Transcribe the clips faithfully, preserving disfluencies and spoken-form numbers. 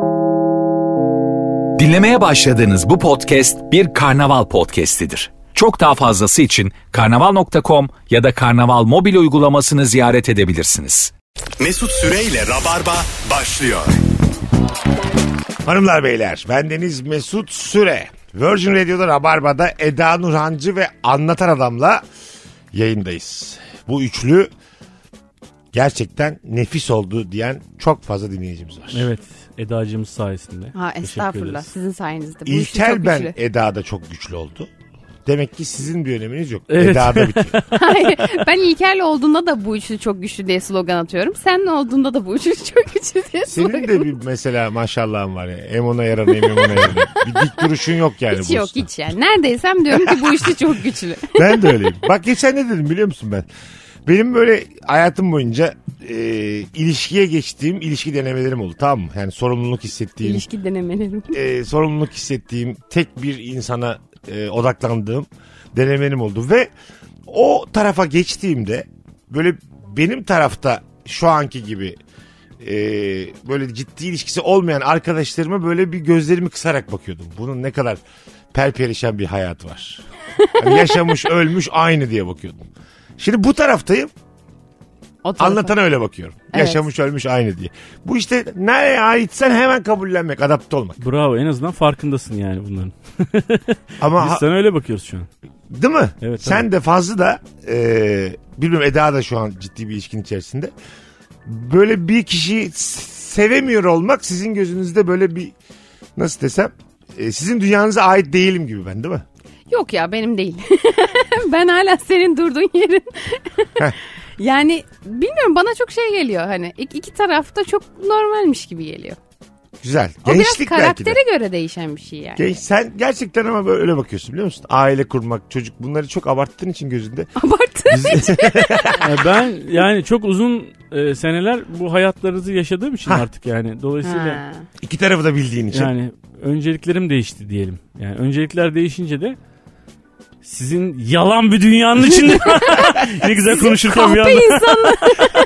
Dinlemeye başladığınız bu podcast bir karnaval podcastidir. Çok daha fazlası için karnaval nokta com ya da karnaval mobil uygulamasını ziyaret edebilirsiniz. Mesut Süreyle Rabarba başlıyor. Hanımlar beyler, bendeniz Mesut Süre. Virgin Radio'da Rabarba'da Eda Nurhancı ve Anlatan Adam'la yayındayız. Bu üçlü gerçekten nefis oldu diyen çok fazla dinleyicimiz var. Evet, Eda'cığımız sayesinde. Ha, estağfurullah, sizin sayenizde. Bu İlker ben güçlü. Eda'da çok güçlü oldu. Demek ki sizin bir öneminiz yok. Evet. Eda'da bitiyor. Hayır, ben İlker'le olduğunda da bu üçlü çok güçlü diye slogan atıyorum. Seninle olduğunda da bu üçlü çok güçlü diye slogan. Senin de bir mesela maşallahın var ya. Hem ona yaranayım hem ona yaranayım. Bir dik duruşun yok yani. Hiç yok hiç yani. Neredeysem diyorum ki bu üçlü çok güçlü. Ben de öyleyim. Bak geçen ne dedim biliyor musun ben? Benim böyle hayatım boyunca e, ilişkiye geçtiğim ilişki denemelerim oldu, tamam mı? Yani sorumluluk hissettiğim. İlişki denemelerim. E, sorumluluk hissettiğim, tek bir insana e, odaklandığım denemelerim oldu. Ve o tarafa geçtiğimde böyle benim tarafta şu anki gibi e, böyle ciddi ilişkisi olmayan arkadaşlarıma böyle bir gözlerimi kısarak bakıyordum. Bunun ne kadar perperişan bir hayat var. Yani yaşamış ölmüş aynı diye bakıyordum. Şimdi bu taraftayım. Anlatana öyle bakıyorum. Evet. Yaşamış ölmüş aynı diye. Bu işte nereye aitsen hemen kabullenmek, adapte olmak. Bravo, en azından farkındasın yani bunların. Ama biz sana öyle bakıyoruz şu an. Değil mi? Evet. Sen tabii. de fazla da e, bilmiyorum, Eda da şu an ciddi bir ilişkinin içerisinde. Böyle bir kişiyi sevemiyor olmak sizin gözünüzde böyle bir, nasıl desem, e, sizin dünyanıza ait değilim gibi ben, değil mi? Yok ya, benim değil. Ben hala senin durduğun yerin. Yani bilmiyorum, bana çok şey geliyor, hani iki, iki tarafta çok normalmiş gibi geliyor. Güzel. O Gençlik biraz karaktere göre değişen bir şey yani. Genç, sen gerçekten ama böyle bakıyorsun biliyor musun? Aile kurmak, çocuk, bunları çok abarttığın için gözünde. Abarttığın için. Ben yani çok uzun e, seneler bu hayatlarınızı yaşadığım için ha. artık yani. Dolayısıyla. Ha. İki tarafı da bildiğin için. Yani önceliklerim değişti diyelim. Yani öncelikler değişince de sizin yalan bir dünyanın içinde ne güzel konuşurken bir anda. insanlar.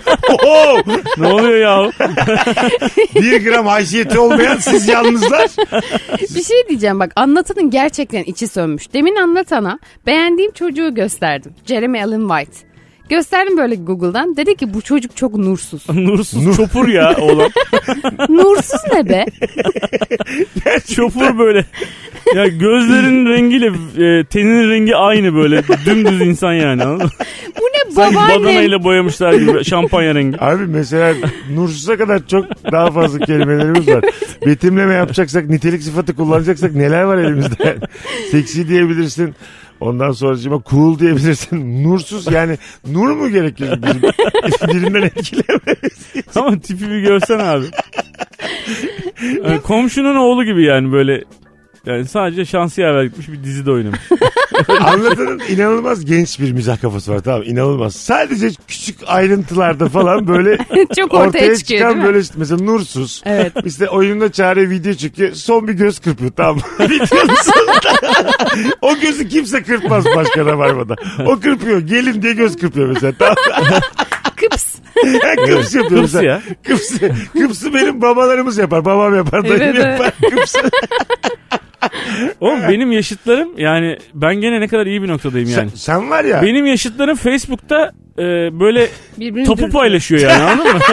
Ne oluyor ya? Bir gram haysiyeti olmayan siz yalnızlar. Bir şey diyeceğim bak, Anlatan'ın gerçekten içi sönmüş. Demin Anlatan'a beğendiğim çocuğu gösterdim. Jeremy Allen White. Gösterdim böyle Google'dan. Dedi ki bu çocuk çok nursuz. Nursuz Nur. Çopur ya oğlan. Nursuz ne be? Çopur böyle. Ya gözlerinin rengiyle e, teninin rengi aynı böyle. Dümdüz insan yani, anladın mı? Bu ne babaanne? Sanki badanayla boyamışlar gibi, şampanya rengi. Abi mesela nursuza kadar çok daha fazla kelimelerimiz var. Betimleme yapacaksak, nitelik sıfatı kullanacaksak neler var elimizde? Seksi diyebilirsin. Ondan sonracığıma cool diyebilirsin. Nursuz yani, nur mu gerekiyor bizim birinden etkilememiz? Ama tipi bir görsen abi. Yani komşunun oğlu gibi yani, böyle. Yani sadece şansı yaver gitmiş, bir dizide oynamış. Anlatanın inanılmaz genç bir mizah kafası var, tamam, inanılmaz. Sadece küçük ayrıntılarda falan böyle çok ortaya, ortaya çıkıyor, çıkan böyle işte, mesela nursuz. Evet. İşte oyununda Çare video çekiyor, son bir göz kırpıyor, tamam. O gözü kimse kırpmaz başka Rabarba'da. O kırpıyor, gelin diye göz kırpıyor mesela, tamam. Kıps. Kıps yapıyor Kıps mesela. ya. Kıps, kıpsı benim babalarımız yapar, babam yapar, dayım evet, yapar. Kıps. Oğlum benim yaşıtlarım, yani ben gene ne kadar iyi bir noktadayım yani. Sen, sen var ya. Benim yaşıtlarım Facebook'ta e, böyle birbirini topu dürtüyor. paylaşıyor yani, anladın mı?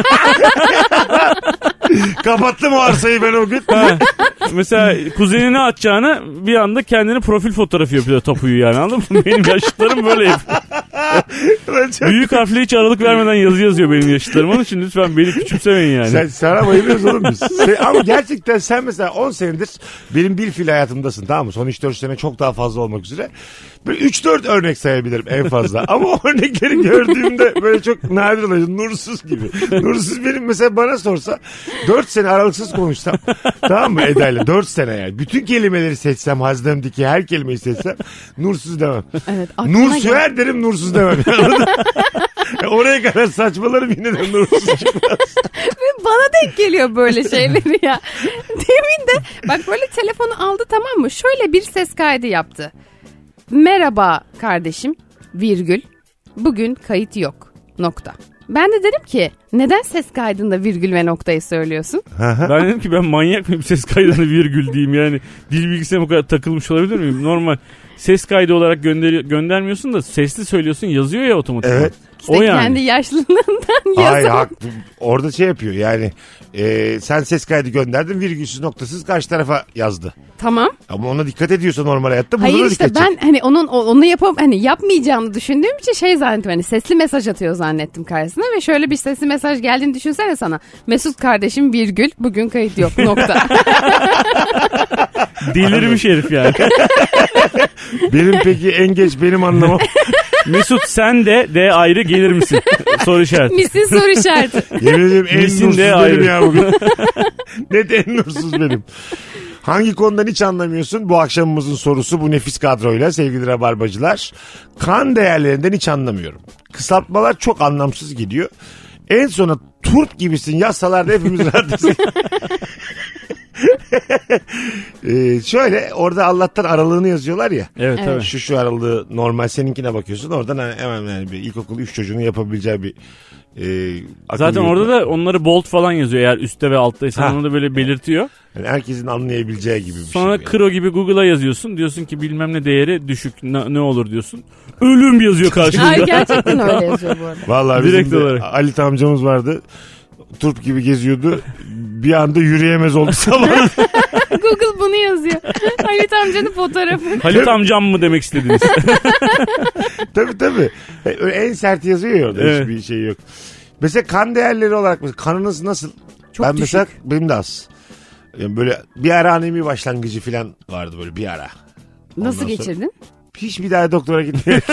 Kapattım o arsayı ben o gün. Ha. Mesela kuzenine atacağına bir anda kendini profil fotoğrafı yapıyor topuyu yani, anladın mı? Benim yaşıtlarım böyle yapıyor. Büyük harfle hiç aralık vermeden yazı yazıyor benim yaşıtlarım. Onun için lütfen beni küçümsemeyin yani. Sen, sana bayılıyoruz oğlum biz. Sen, ama gerçekten sen mesela on senedir benim bir fil hayatımdasın, tamam mı? Son üç dört sene çok daha fazla olmak üzere. Böyle üç dört örnek sayabilirim en fazla. Ama o örnekleri gördüğümde böyle çok nadir oluyor. Nursuz gibi. Nursuz benim mesela, bana sorsa dört sene aralıksız konuşsam, tamam mı Eda'yla, dört sene yani. Bütün kelimeleri seçsem, hazdemdeki her kelimeyi seçsem nursuz demem. Evet, Nur süer derim, nursuz demem. Oraya kadar saçmalarım, yine de nursuz çıkmaz. Ve bana denk geliyor böyle şeyleri ya. Demin de bak, böyle telefonu aldı, tamam mı? Şöyle bir ses kaydı yaptı. Merhaba kardeşim, virgül, bugün kayıt yok, nokta. Ben de dedim ki Neden ses kaydında virgül ve noktayı söylüyorsun? Ben dedim ki ben manyak mıyım ses kaydını virgül diyeyim yani. Dil bilgisine bu kadar takılmış olabilir miyim? Normal ses kaydı olarak gönder göndermiyorsun da sesli söylüyorsun, yazıyor ya otomatik. Evet. İşte o yani. kendi yaşlılığından Hayır yazan. haklı. Orada şey yapıyor yani e, sen ses kaydı gönderdin virgülsüz noktasız karşı tarafa yazdı. Tamam. Ama ona dikkat ediyorsa normal hayatta burada Hayır da işte dikkat ben edecek. hani onun o- onu yapıp hani yapmayacağını düşündüğüm için şey zannettim, hani sesli mesaj atıyor zannettim karşısına ve şöyle bir sesli mesaj geldiğini düşünsene sana. Mesut kardeşim virgül bugün kayıt yok nokta. Delirmiş herif yani. Benim peki en geç benim anlamam. Mesut sen de de ayrı gelir misin? Soru işareti. Misin soru işareti. Yemin ederim en Misin nursuz de benim ayrı. ya bugün. Ne de en nursuz benim. Hangi konudan hiç anlamıyorsun? Bu akşamımızın sorusu bu nefis kadroyla sevgili Rabarbacılar. Kan değerlerinden hiç anlamıyorum. Kısaltmalar çok anlamsız gidiyor. En sona turp gibisin yazsalar da hepimiz rahatız. ee, şöyle orada Allah'tan aralığını yazıyorlar ya. Evet, Evet. tabii. Şu şu aralığı normal seninkine bakıyorsun. Oradan hemen yani bir ilkokul üç çocuğunun yapabileceği bir e, akıl Zaten yürütme. orada da onları bold falan yazıyor eğer üstte ve alttaysa Ha. onu da böyle belirtiyor. Yani herkesin anlayabileceği gibi bir Sonra şey. Kro gibi Google'a yazıyorsun. Diyorsun ki bilmem ne değeri düşük ne, ne olur diyorsun. Ölüm yazıyor karşında. Hayır gerçekten öyle yazıyor bu arada. Vallahi bizim Direkt de olarak. Halit amcamız vardı. Turp gibi geziyordu. Bir anda yürüyemez oldu sabah. Google bunu yazıyor. Halit amcanın fotoğrafı. Halit amcam mı demek istediniz? Tabii tabii. Öyle en sert yazıyor ya orada. Evet. Hiçbir şey yok. Mesela kan değerleri olarak mesela kanınız nasıl? Çok ben düşük. mesela benim de az. Yani böyle bir ara anemi başlangıcı falan vardı böyle bir ara. Nasıl Ondan sonra- geçirdin? Hiç bir daha doktora gitmiyorum.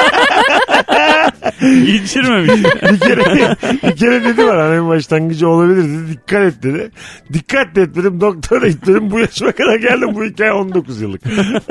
Geçirmemiş. bir kere bir kere dedi var anemi başlangıcı olabilir dedi. Dikkat et dedi. Dikkat de etmedim. Doktora gitmedim. Bu yaşıma kadar geldim. Bu hikaye on dokuz yıllık.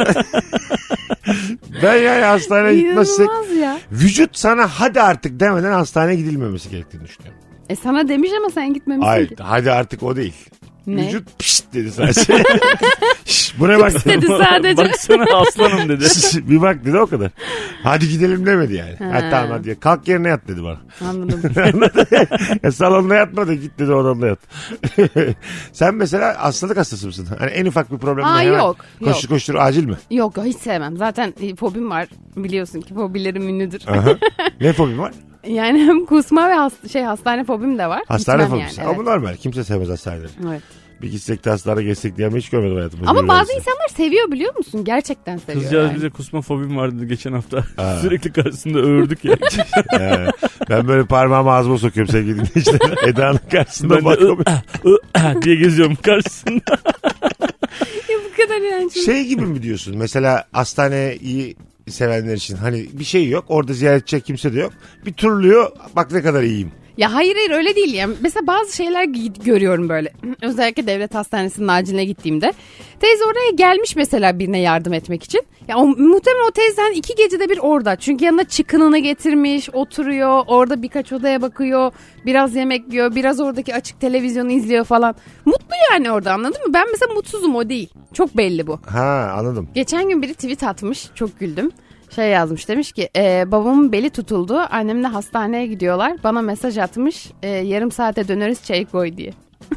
Ben yani hastaneye gitmezsek İnanılmaz ya. vücut sana hadi artık demeden hastaneye gidilmemesi gerektiğini düşünüyorum. E sana demiş ama sen gitmemişsin Hayır ki. hadi artık o değil. Ne? Vücut pişt dedi sadece. Şş, bu ne bak Dedi sadece. Baksana aslanım dedi. bir bak dedi o kadar. Hadi gidelim demedi yani. Ha. Hadi tamam hadi. Kalk yerine yat dedi bana. Anladım. Ya salonda yatma da git dedi odamda yat. Sen mesela hastalık hastası mısın? Hani en ufak bir problemde Aa, hemen yok, koştur yok. koştur acil mi? Yok hiç sevmem. Zaten e, fobim var. Biliyorsun ki fobilerim ünlüdür. Aha. Ne fobin var? Yani hem kusma ve hast- şey hastane fobim de var. Hastane Gitmem fobisi. yani, Ama evet. normal. Kimse sevmez hastaneleri. Evet. Bir gitsek de hastaneye geçsek diye ama hiç görmedim hayatımda. Ama Bir bazı öylesi. insanlar seviyor biliyor musun? Gerçekten seviyor. Kızcağız yani. bize kusma fobim vardı dedi geçen hafta. Ha. Sürekli karşısında öğürdük ya. Ee, ben böyle parmağımı ağzıma sokuyorum sevgili dinleyiciler. Eda'nın karşısında Ben de bakıyorum. ı, ı, diye geziyorum karşısında. Ya bu kadar yani. Şey gibi mi diyorsun? Mesela hastaneyi sevenler için hani bir şey yok. Orada ziyaret edecek kimse de yok. Bir turluyor. Bak ne kadar iyiyim. Ya hayır hayır öyle değil yani. Mesela bazı şeyler gi- görüyorum böyle. Özellikle devlet hastanesinin aciline gittiğimde. Teyze oraya gelmiş mesela birine yardım etmek için. Ya o, muhtemelen o teyzen iki gecede bir orada. Çünkü yanına çıkınını getirmiş, oturuyor. Orada birkaç odaya bakıyor. Biraz yemek yiyor. Biraz oradaki açık televizyonu izliyor falan. Mutlu yani orada, anladın mı? Ben mesela mutsuzum, o değil. Çok belli bu. Ha anladım. Geçen gün biri tweet atmış. Çok güldüm. Şey yazmış, demiş ki e, babamın beli tutuldu. Annemle hastaneye gidiyorlar. Bana mesaj atmış. E, yarım saate döneriz, çay koy diye.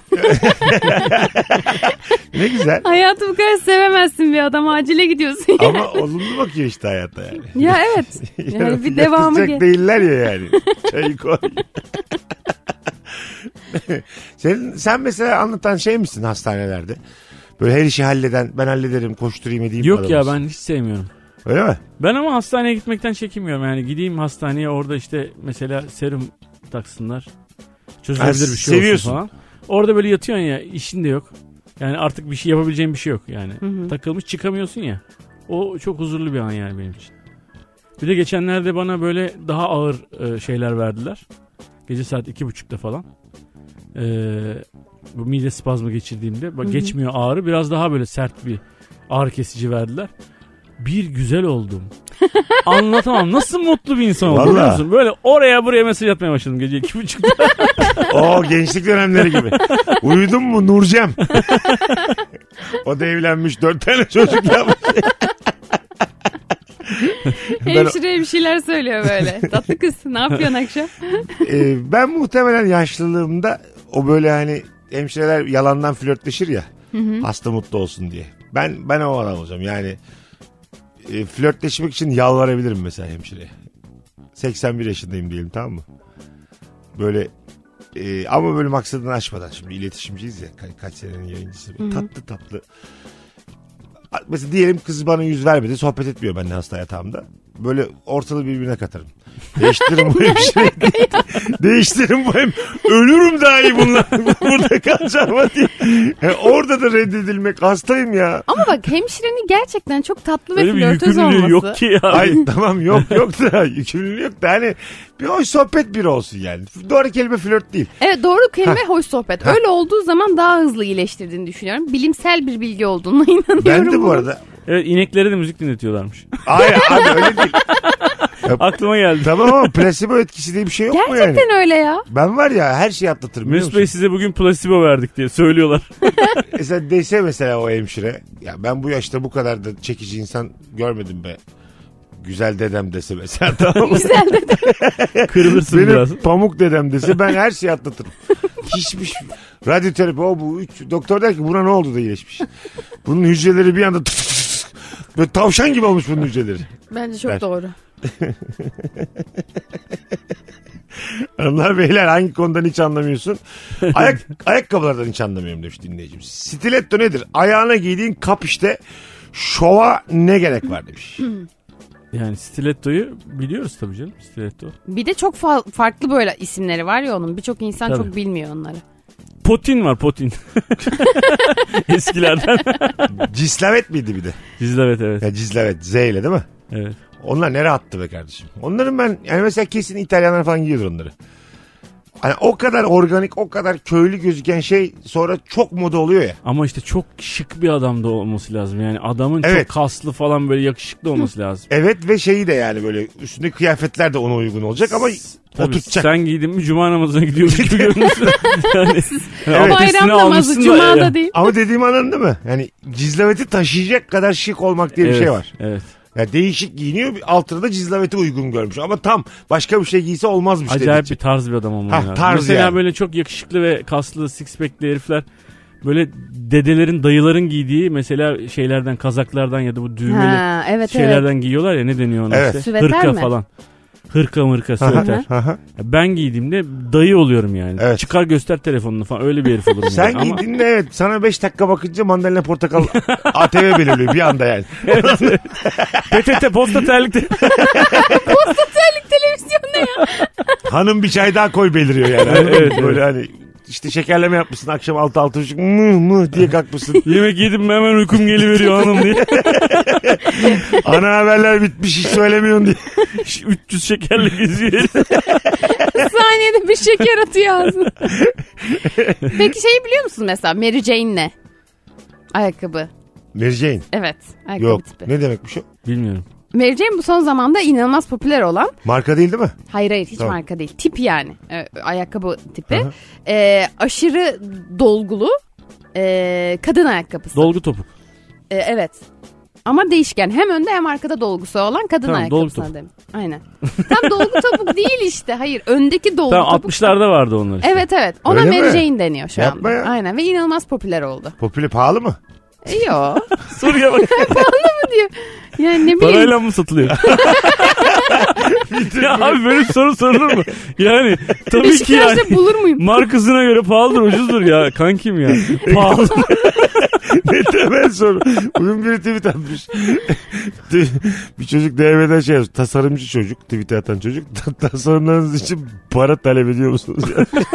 Ne güzel. Hayatı bu kadar sevemezsin bir adam. Acile gidiyorsun. Ya, Ama olumlu bakıyor işte hayatta yani. ya evet. Yani bir devamı Yatacak gel. değiller ya yani. Çayı koy. Sen, sen mesela anlatan şey misin hastanelerde? Böyle her işi halleden, ben hallederim, koşturayım edeyim. Yok ya, adamısın. ben hiç sevmiyorum. Öyle mi? Ben ama hastaneye gitmekten çekinmiyorum. Yani gideyim hastaneye, orada işte mesela serum taksınlar. Çözülebilir Ha, bir şey seviyorsun. olsun falan. Orada böyle yatıyorsun ya, işin de yok. Yani artık bir şey yapabileceğin bir şey yok yani. Hı hı. Takılmış çıkamıyorsun ya. O çok huzurlu bir an yani benim için. Bir de geçenlerde bana böyle daha ağır e, şeyler verdiler. Gece saat iki buçukta falan. E, bu mide spazmı geçirdiğimde. Bak, Hı hı. geçmiyor ağrı. Biraz daha böyle sert bir ağrı kesici verdiler. Bir güzel oldum. Anlatamam. Nasıl mutlu bir insan oldum, Vallahi. biliyor musun? Böyle oraya buraya mesaj atmaya başladım gece iki buçukta. O gençlik dönemleri gibi. Uyudun mu Nurcem? O da evlenmiş, dört tane çocuk yapmış. Hemşire bir şeyler söylüyor böyle. Tatlı kız ne yapıyorsun akşam? Ee, ben muhtemelen yaşlılığımda o böyle hani hemşireler yalandan flörtleşir ya. Hı hı. Hasta mutlu olsun diye. Ben ben o adam olacağım. Yani e, flörtleşmek için yalvarabilirim mesela hemşireye. seksen bir yaşındayım diyelim, tamam mı? Böyle e, ama böyle maksadını açmadan, şimdi iletişimciyiz ya, ka- kaç senenin yayıncısı. Hı hı. Tatlı tatlı. Mesela diyelim kız bana yüz vermedi, sohbet etmiyor benimle hasta yatağımda. Böyle ortalığı birbirine katarım. Değiştiririm bu hemşireyi. Değiştiririm bu hem. Ölürüm daha iyi bunlar. Burada kalacağım diye. Yani orada da reddedilmek, hastayım ya. Ama bak hemşirenin gerçekten çok tatlı ve öyle flörtöz bir olması. yok ki ya. Ay tamam, yok yok da yükümlülüğü yok da hani bir hoş sohbet biri olsun yani. Doğru kelime flört değil. Evet, doğru kelime hoş sohbet. Öyle olduğu zaman daha hızlı iyileştirdiğini düşünüyorum. Bilimsel bir bilgi olduğuna inanıyorum. Ben de bu bunun. arada. Evet, ineklere de müzik dinletiyorlarmış. Hayır abi öyle değil. Aklıma geldi. Tamam ama placebo etkisi diye bir şey yok mu yani? Gerçekten öyle ya. Ben var ya her şeyi atlatırım. Mesut Bey size bugün placebo verdik diye söylüyorlar. Mesela dese mesela o hemşire, ya ben bu yaşta bu kadar da çekici insan görmedim be. Güzel dedem dese mesela, tamam mı? Güzel dedem. Kırılırsın Benim biraz. pamuk dedem dese ben her şeyi atlatırım. Hiçbir şey. Radyoterapi o bu. Üç. Doktor der ki buna ne oldu da iyileşmiş. Bunun hücreleri bir anda böyle tavşan gibi olmuş bunun hücreleri. Bence çok Ver. doğru. Hanımlar beyler, hangi konudan hiç anlamıyorsun? Ayak, ayakkabılardan hiç anlamıyorum demiş dinleyicimiz. Stiletto nedir? Ayağına giydiğin kap işte. Şova ne gerek var demiş. Yani stilettoyu biliyoruz tabii canım, stiletto. Bir de çok fa- farklı böyle isimleri var ya onun. Birçok insan Tabii. çok bilmiyor onları. Potin var, potin. Eskilerden. Cislavet miydi bir de? Cislavet, evet. Ya Cislavet Z ile değil mi? Evet. Onlar nereye attı be kardeşim? Onların ben yani mesela kesin İtalyanlar falan giyiyordur onları. Hani o kadar organik, o kadar köylü gözüken şey sonra çok moda oluyor ya. Ama işte çok şık bir adam da olması lazım. Yani adamın Evet. çok kaslı falan, böyle yakışıklı olması lazım. Evet ve şeyi de yani böyle üstündeki kıyafetler de ona uygun olacak ama Tabii, oturtacak. sen giydin mi cuma namazına gidiyormuş gibi görünüyorsun. Yani, Evet. Bayram namazı cumada değil. Ama dediğim anladın değil mi? Yani cizlaveti taşıyacak kadar şık olmak diye evet, bir şey var. Evet. Yani değişik giyiniyor, altına da cizlaveti uygun görmüş. Ama tam başka bir şey giyse olmazmış. Acayip dediği. bir tarz bir adam olmalı Ha, lazım. tarz Mesela yani. böyle çok yakışıklı ve kaslı six pack'li herifler böyle dedelerin, dayıların giydiği mesela şeylerden, kazaklardan ya da bu düğmeli Ha, evet, şeylerden evet. giyiyorlar ya, ne deniyor ona Evet. işte? Süveter Hırka mi? falan. Hırka mırka, süveter. Aha. Ben giydiğimde dayı oluyorum yani. Evet. Çıkar göster telefonunu falan, öyle bir herif olurum. Sen yani. Ama giydiğinde evet, sana beş dakika bakınca mandalina portakal A T V belirliyor bir anda yani. P T T, posta terlikte. Posta terlik televizyon ne ya? Hanım bir çay daha koy beliriyor yani. Evet, evet. Böyle hani işte şekerleme yapmışsın akşam altı altı buçuk mıh mıh diye kalkmışsın. Yemek yedim mi hemen uykum geliveriyor hanım diye. Ana haberler bitmiş hiç söylemiyorsun diye. üç yüz şekerle geziyor herif. Saniyede bir şeker atıyor ağzına. Peki şeyi biliyor musun mesela? Mary Jane ne? Ayakkabı. Mary Jane. Evet. Ayakkabı Yok. tipi. Ne demekmiş o? Bilmiyorum. Mary Jane bu son zamanda inanılmaz popüler olan. Marka değil değil mi? Hayır hayır hiç Tamam. marka değil. Tip yani. Ee, ayakkabı tipi. Ee, aşırı dolgulu. Ee, kadın ayakkabısı. Dolgu topuk. Ee, evet. Ama değişken. Hem önde hem arkada dolgusu olan kadın Tamam, dolgu ayakkabısına topuk. dedim. Aynen. Tam dolgu topuk değil işte. Hayır. Öndeki dolgu Tamam, topuk. altmışlarda vardı onlar işte. Evet evet. Ona Öyle Mary mi? Jane deniyor şu Yapma anda. ya. Aynen ve inanılmaz popüler oldu. Popüler pahalı mı? E, Yo. Soruya bak. diyor. Yani ne bileyim. Parayla mı satılıyor? Ya abi böyle bir soru sorulur mu? Yani tabii ki yani. Beşiktaş'ta bulur muyum? Markasına göre pahalıdır, ucuzdur ya kankim ya. Pahalı. Ne temel soru. Bugün biri tweet atmış. Bir çocuk D M'den şey yazmış. Tasarımcı çocuk. Tweet atan çocuk. Tasarımlarınız için para talep ediyor musunuz?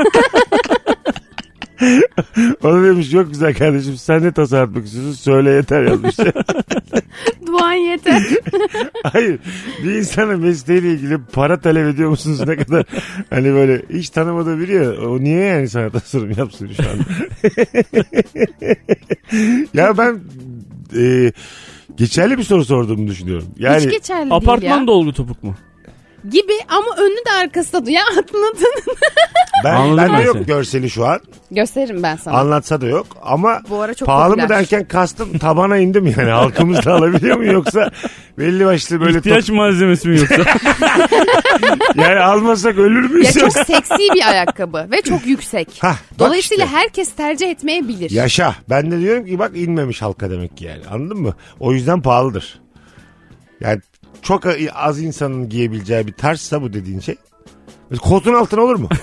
O da demiş yok güzel kardeşim sen ne tasarlatmak istiyorsun söyle yeter yazmış. Duan yeter. Hayır bir insanın mesleğiyle ilgili para talep ediyor musunuz ne kadar hani böyle hiç tanımadığı biri ya o niye yani sana tasarım yapsın şu an. Ya ben e, geçerli bir soru sorduğumu düşünüyorum. Yani Hiç geçerli Apartman değil ya. dolgu topuk mu? Gibi ama önü de arkası da. Ya anladın. Ben, Anladım ben de ben yok seni. görseli şu an. Gösteririm ben sana. Anlatsa da yok ama Bu ara çok pahalı popüler. mı derken kastım tabana indim yani. Halkımız da alabiliyor mu yoksa belli başlı böyle İhtiyaç top- malzemesi mi yoksa? yani almasak ölür müyüz? Ya çok seksi bir ayakkabı ve çok yüksek. Hah, bak Dolayısıyla işte. herkes tercih etmeyebilir. Yaşa. Ben de diyorum ki bak inmemiş halka demek ki yani. Anladın mı? O yüzden pahalıdır. Yani çok az insanın giyebileceği bir tarzsa bu dediğin şey. Mesela kotun altına olur mu?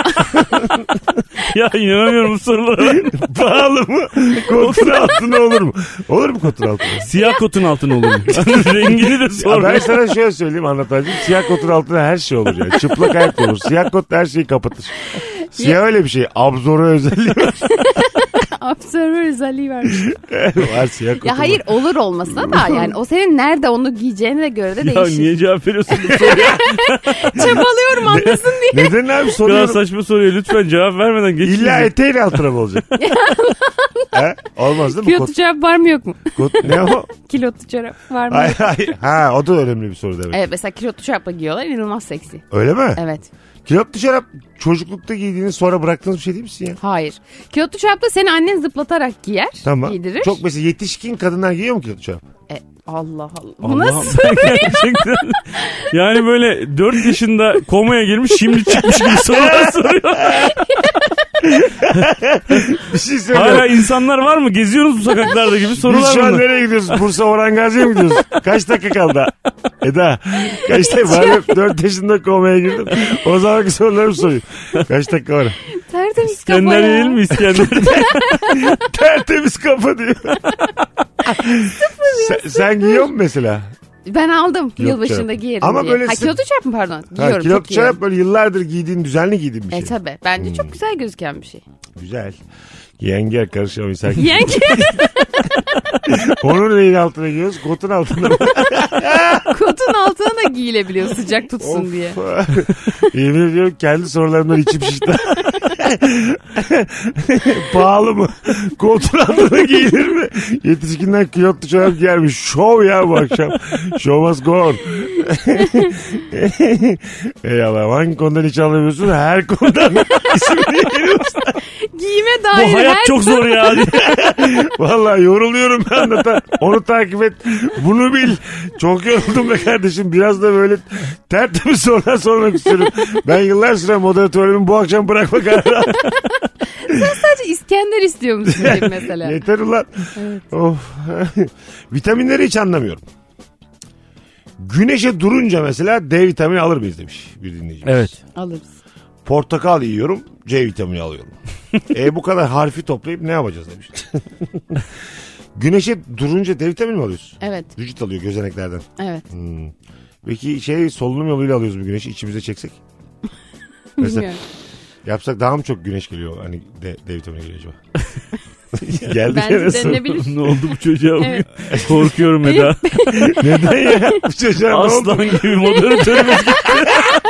Ya inanamıyorum bu sorulara. Pahalı mı? Kotun altına olur mu? Olur mu kotun altına? Siyah kotun altına olur mu? Rengini de Ya sor. ben sana şöyle söyleyeyim anlatacağım. Siyah kotun altına her şey olur yani. Çıplak ayak olur. Siyah kot her şeyi kapatır. Siyah öyle bir şey. Abzorbe özelliği var. Observer özelliği varmış. var siyah kotu Ya hayır var. olur olmasına da yani o senin nerede onu giyeceğine göre de Ya değişir. niye cevap veriyorsun bu soruya? Çabalıyorum anlasın diye. Neden abi Bu kadar soruyorum. saçma soruya lütfen cevap vermeden geçin. İlla eteğin altına mı olacak? He? Olmaz değil mi? Kilotu çorap var mı yok mu? Kot, kot, ne o? Kilotu çorap var mı? Hayır hayır. Ha o da önemli bir soru demek. Evet mesela kilotu çorapla giyiyorlar inanılmaz seksi. Öyle mi? Evet. Kilotlu şarap çocuklukta giydiğiniz sonra bıraktığınız bir şey değil misin ya? Hayır. Kilotu çorapta seni annen zıplatarak giyer. Tamam. Giydirir. Çok mesela yetişkin kadınlar giyiyor mu kilotlu şarap? E, Allah Allah. Bu Allah'ım, nasıl? gerçekten. Yani böyle dört yaşında komaya girmiş şimdi çıkmış gibi sorular soruyor. Bir şey söyleyeyim. Hala insanlar var mı? Geziyoruz bu sokaklarda gibi Biz sorular şu an bunlar. nereye gidiyoruz? Bursa Orhan Gazi'ye mi gidiyoruz? Kaç dakika kaldı? Eda. Kaç dakika var? dört yaşında komaya girdim. O zamanki sorularımı sorayım. Kaç dakika var? Tertemiz kafa İskender ya. yiyelim mi İskender? Tertemiz kafa diyor. sen, sen giyiyor musun mesela? Ben aldım. Kilotlu Yılbaşında çorap. giyerim Ama diye. böyle Ha sı- kilotu çorap mı pardon? Ha, Giyiyorum. kilotlu çok giyiyorum. çorap böyle yıllardır giydiğin, düzenli giydiğin bir şey. E tabi. Bence çok güzel gözüken bir şey. Güzel. Yenge karışamayız. Sen... Yenge. Onun neyin altına giyiyoruz? Kotun altına. Kotun altına da giyilebiliyor sıcak tutsun diye. Yemin ediyorum kendi sorularımdan içim şişti. Pahalı mı? Kotun altına giyilir mi? Yetişkinler kilotlu çorap giyermiş. Şov ya bu akşam. Show must go on. Ey Allah'ım hangi konudan hiç anlamıyorsun? Her konudan ismini veriyorsun. Giyime dair Bu hayat her çok zor ya. Vallahi yoruluyorum ben de. Ta- Onu takip et. Bunu bil. Çok yoruldum be kardeşim. Biraz da böyle tertemiz sorular sormak istiyorum. Ben yıllar süre moderatörümü bu akşam bırakma kararı aldım. sadece İskender istiyor musun gibi mesela. Yeter ulan. Of. Vitaminleri hiç anlamıyorum. Güneşe durunca mesela D vitamini alır mıyız demiş bir dinleyicimiz. Evet. Alırız. Portakal yiyorum, C vitamini alıyorum. e bu kadar harfi toplayıp ne yapacağız demiş. Güneşe durunca D vitamini mi alıyorsun? Evet. Vücut alıyor gözeneklerden. Evet. Hmm. Peki şey solunum yoluyla alıyoruz bu güneşi içimize çeksek? Mesela Bilmiyorum. yapsak daha mı çok güneş geliyor? Hani D, D vitamini geliyor acaba? Geldi Bence gene soru. denilebilir. Ne oldu bu çocuğa bugün? Evet. Korkuyorum Eda. Neden ya? Bu çocuğa ne oldu? Aslan gibi moderatörümüz gitti.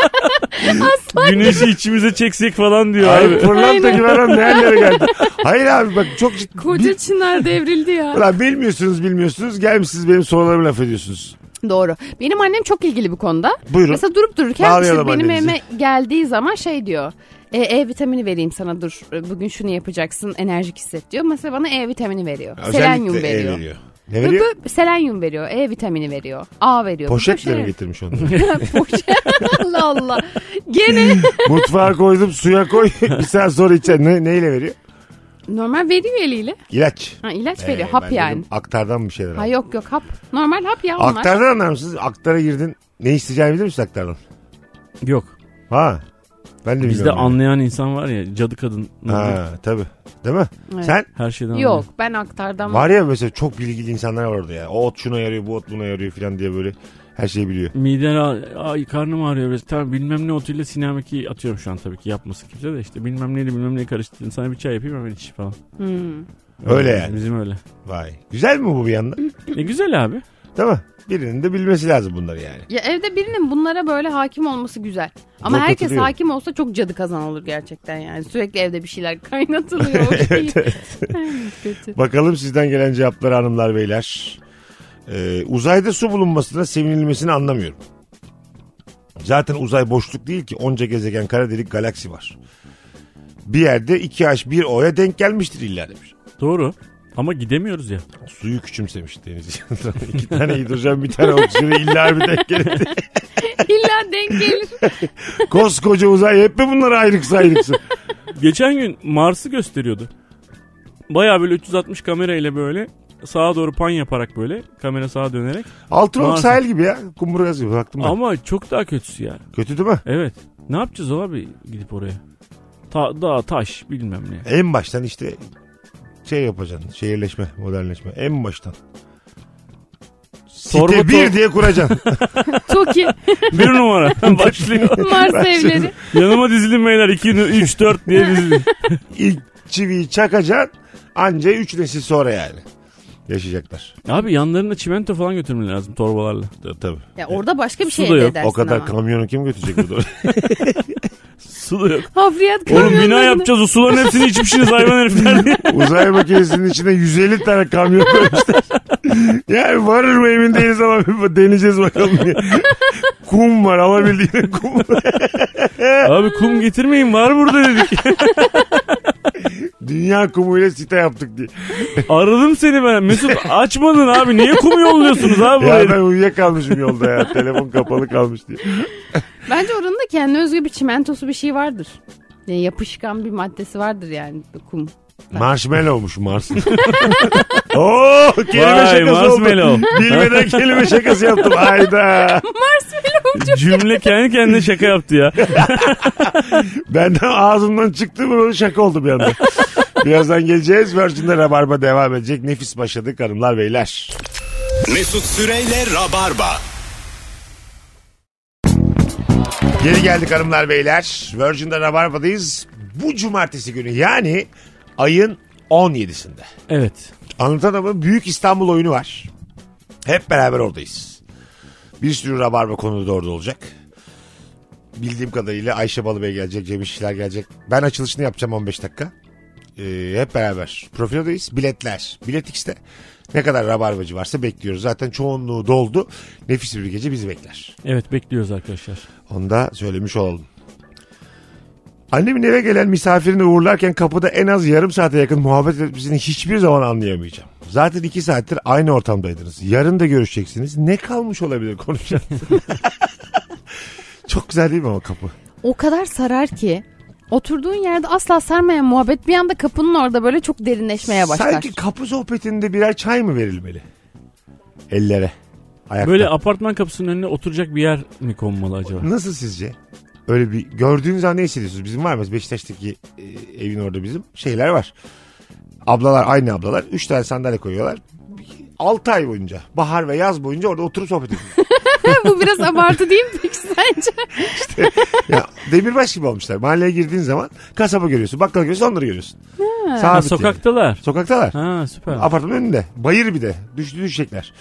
Güneşi içimize çeksek falan diyor Ay abi. pırlanta Aynen. gibi adam nerelere geldi? Hayır abi bak çok ciddi. Koca çınar devrildi ya. Ulan bilmiyorsunuz bilmiyorsunuz gelmişsiniz benim sorularımı laf ediyorsunuz. Doğru. Benim annem çok ilgili bu konuda. Buyurun. Mesela durup dururken Bağlayalım işte benim annenizi. evime geldiği zaman şey diyor. E, E vitamini vereyim sana dur. Bugün şunu yapacaksın enerjik hisset diyor. Mesela bana E vitamini veriyor. Selenyum Özellikle E veriyor. veriyor. Ne veriyor? Böyle selenyum veriyor. E vitamini veriyor. A veriyor. Poşetle Böyle mi şey- getirmiş onu? Poşet. Allah Allah. Gene Mutfağa koydum suya koy bir saat sonra içer. Ne, neyle veriyor? normal veriyor eliyle. İlaç. Ha, ilaç Ee, veriyor. ben Hap dedim, yani. Aktardan bir şeyler. Ha al. yok yok hap. Normal hap ya onlar. Aktardan anlar mısınız? Aktara girdin. Ne isteyeceğini bilir misin aktardan? Yok. Ha. Ben de Bizde bilmiyorum. yani. anlayan insan var ya, cadı kadın. Ha tabii. Değil mi? Evet. Sen Her şeyden anlıyor. Yok ben aktardan var ya mesela çok bilgili insanlar var orada ya. O ot şuna yarıyor bu ot buna yarıyor falan diye böyle her şeyi biliyor. Miden ağ- ay karnım ağrıyor biraz. Tamam bilmem ne otuyla Sinemeki atıyorum şu an tabii ki yapmasın kimse de işte bilmem neyle bilmem neyi karıştırdın. Sana bir çay yapayım hemen iç falan. Hmm. Öyle Bizim- yani. Bizim öyle. Vay. Güzel mi bu bir yandan? E güzel abi. Değil mi? Birinin de bilmesi lazım bunları yani. Ya evde birinin bunlara böyle hakim olması güzel. Ama Çok herkes katılıyorum. hakim olsa çok cadı kazan olur gerçekten yani. Sürekli evde bir şeyler kaynatılıyor. O şey. Ay, kötü. Bakalım sizden gelen cevapları hanımlar beyler. Ee, uzayda su bulunmasına sevinilmesini anlamıyorum. Zaten uzay boşluk değil ki. Onca gezegen, kara delik, galaksi var. Bir yerde iki H bir O'ya denk gelmiştir illa demiş. Doğru. Ama gidemiyoruz ya. Suyu küçümsemiş deniz. İki tane hidrojen, bir tane oksijen illa bir denk gelir. İlla denk gelir. Koskoca uzay hep mi bunlar ayrıksı ayrıksı? Geçen gün Mars'ı gösteriyordu. Baya böyle üç yüz altmış kamerayla böyle sağa doğru pan yaparak böyle kamera sağa dönerek. Altınoluk Mars. sahil gibi ya. Kumburgaz gibi baktım ben. Ama çok daha kötüsü yani. Kötü değil mi? Evet. Ne yapacağız abi gidip oraya? Ta dağ, taş bilmem ne. En baştan işte şey yapacaksın. Şehirleşme, modernleşme. En baştan. Torba Site bir tor- diye kuracaksın. Toki. Bir numara başlıyor. Mars evleri. Yanıma dizilin beyler iki, üç, dört diye dizilin. İlk çiviyi çakacaksın. Anca üç nesil sonra yani. Yaşayacaklar. Abi yanlarına çimento falan götürmen lazım torbalarla. Tabii. Ya orada başka bir Su şey da elde yok. edersin O kadar ama. kamyonu kim götürecek burada? Su da yok. Hafriyat Oğlum kamyonlarını. bina yapacağız o suların hepsini içmişsiniz hayvan herifler diye. Uzay makinesinin içine yüz elli tane kamyon koymuşlar. Yani varır mı emin değiliz ama bir deneyeceğiz bakalım diye. Kum var, alabildiğine kum var. Abi kum getirmeyin var burada dedik. Dünya kumuyla site yaptık diye. Aradım seni ben. Mesut açmadın abi. Niye kum yolluyorsunuz abi Ya buraya? ben uyuyakalmışım yolda ya. Telefon kapalı kalmış diye. Bence oranın da kendine özgü bir çimentosu bir şey vardır. Yani yapışkan bir maddesi vardır yani kum. Marshmallow'muş Mars'ın. Oo, kelime Vay, şakası oldu. marshmallow. Bilmeden kelime şakası yaptım. Hayda. Cümle kendi kendine şaka yaptı ya. Benden ağzımdan çıktı mı böyle şaka oldu bir anda. Birazdan geleceğiz. Virgin'de Rabarba devam edecek. Nefis başladık hanımlar beyler. Mesut Süreyle Rabarba. Geri geldik hanımlar beyler. Virgin'de Rabarba'dayız. Bu cumartesi günü yani ayın on yedisinde. Evet. Anlatan Adam'ın Büyük İstanbul oyunu var. Hep beraber oradayız. Bir sürü Rabarba konuğu da orada olacak. Bildiğim kadarıyla Ayşe Balıbey gelecek, Cem İşçiler gelecek. Ben açılışını yapacağım on beş dakika. Ee, hep beraber profilodayız. Biletler. Bilet X'te ne kadar Rabarbacı varsa bekliyoruz. Zaten çoğunluğu doldu. Nefis bir gece bizi bekler. Evet bekliyoruz arkadaşlar. Onu da söylemiş olalım. Annemin eve gelen misafirini uğurlarken kapıda en az yarım saate yakın muhabbet etmesini hiçbir zaman anlayamayacağım. Zaten iki saattir aynı ortamdaydınız. Yarın da görüşeceksiniz. Ne kalmış olabilir konuşacak? Çok güzel değil mi o kapı? O kadar sarar ki oturduğun yerde asla sarmayan muhabbet bir anda kapının orada böyle çok derinleşmeye başlar. Sanki kapı sohbetinde birer çay mı verilmeli? Ellere. Ayakta. Böyle apartman kapısının önüne oturacak bir yer mi konmalı acaba? Nasıl sizce? Öyle bir gördüğünüz zaman ne hissediyorsunuz? Bizim var mı? Beşiktaş'taki e, evin orada bizim şeyler var. Ablalar, aynı ablalar. Üç tane sandalye koyuyorlar. Altı ay boyunca, bahar ve yaz boyunca orada oturup sohbet ediyorlar. Bu biraz abartı değil mi peki sence? İşte, ya demirbaş gibi olmuşlar. Mahalleye girdiğin zaman kasaba görüyorsun, bakkal görüyorsun, onları görüyorsun. Ha, Sabit sokaktalar. yani. Sokaktalar. Ha süper. Apartmanın önünde. Bayır bir de. Düştü düşecekler.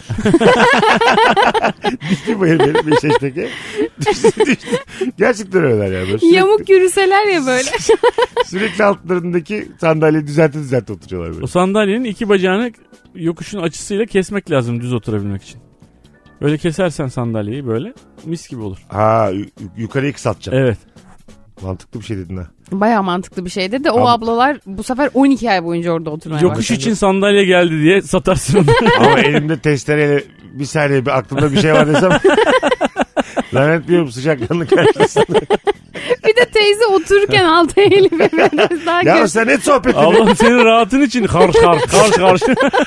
Düştü bayır benim Beşiktaş'taki. Düştü düştü. Gerçekten öyleler ya. Böyle sürekli, Yamuk yürüseler ya böyle. sürekli altlarındaki sandalyeyi düzeltte düzeltte oturuyorlar böyle. O sandalyenin iki bacağını yokuşun açısıyla kesmek lazım düz oturabilmek için. Öyle kesersen sandalyeyi böyle mis gibi olur. Ha y- yukarıyı kısaltacaksın. Evet. Mantıklı bir şey dedin ha. Bayağı mantıklı bir şeydi de o Ab- ablalar bu sefer on iki ay boyunca orada oturmaya Yokuş başladı. için sandalye geldi diye satarsın onu. Ama elimde testereyle bir saniye bir aklımda bir şey var desem lanetliyorum sıcaklığını karşısında. Bir de teyze otururken altı eğilip biraz daha Ya kötü. sen et sohbetini. Allah'ım senin rahatın için karş karş karş karş.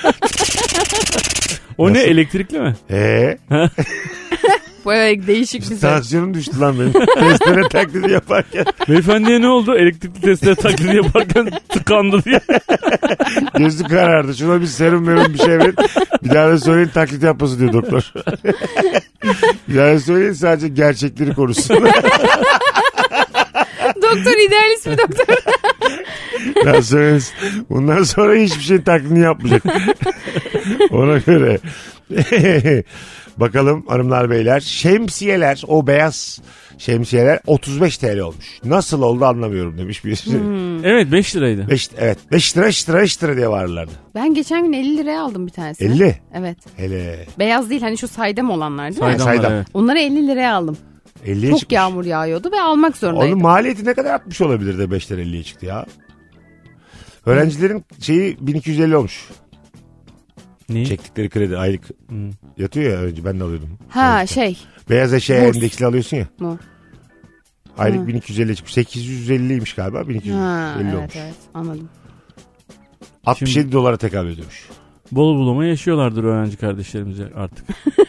O ne Nasıl? elektrikli mi? Eee? Böyle değişik bir şey. Tansiyonum düştü lan benim. Testere taklidi yaparken. Beyefendiye ne oldu? Elektrikli testere taklidi yaparken tıkandı diye. Gözü karardı. Şuna bir serum verin bir şey verin. Bir daha da söyleyin taklit yapması diyor doktor. Bir daha da söyleyin sadece gerçekleri korusun. Doktor idealist bir doktor. Ya söyleyin. Bundan sonra hiçbir şey taklidini yapmayacak. Ona göre. Bakalım hanımlar beyler. Şemsiyeler, o beyaz şemsiyeler otuz beş TL olmuş. Nasıl oldu anlamıyorum demiş birisi. Hmm. Evet beş liraydı. Beş, evet beş lira beş lira beş lira diye varlardı. Ben geçen gün elli liraya aldım bir tanesini. elli? Evet. Hele. Beyaz değil hani şu saydam olanlar değil mi? Saydamlar, saydam. evet. Onları elli liraya aldım. elliye Çok çıkmış. yağmur yağıyordu ve almak zorundaydım. Onun maliyeti ne kadar artmış olabilir de beşten elliye çıktı ya. Öğrencilerin şeyi bin iki yüz elli olmuş. Neyi? Çektikleri kredi aylık Hmm. yatıyor ya, önce ben de alıyordum. Ha Öyle. şey. Beyaz eşya Burs. endeksli alıyorsun ya. Mu? Aylık Ha. bin iki yüz elli çıkmış. sekiz yüz elliymiş galiba, bin iki yüz elli Ha, evet olmuş. evet anladım. altmış yedi dolara tekabül ediyormuş. Bol bulama yaşıyorlardır öğrenci kardeşlerimiz artık.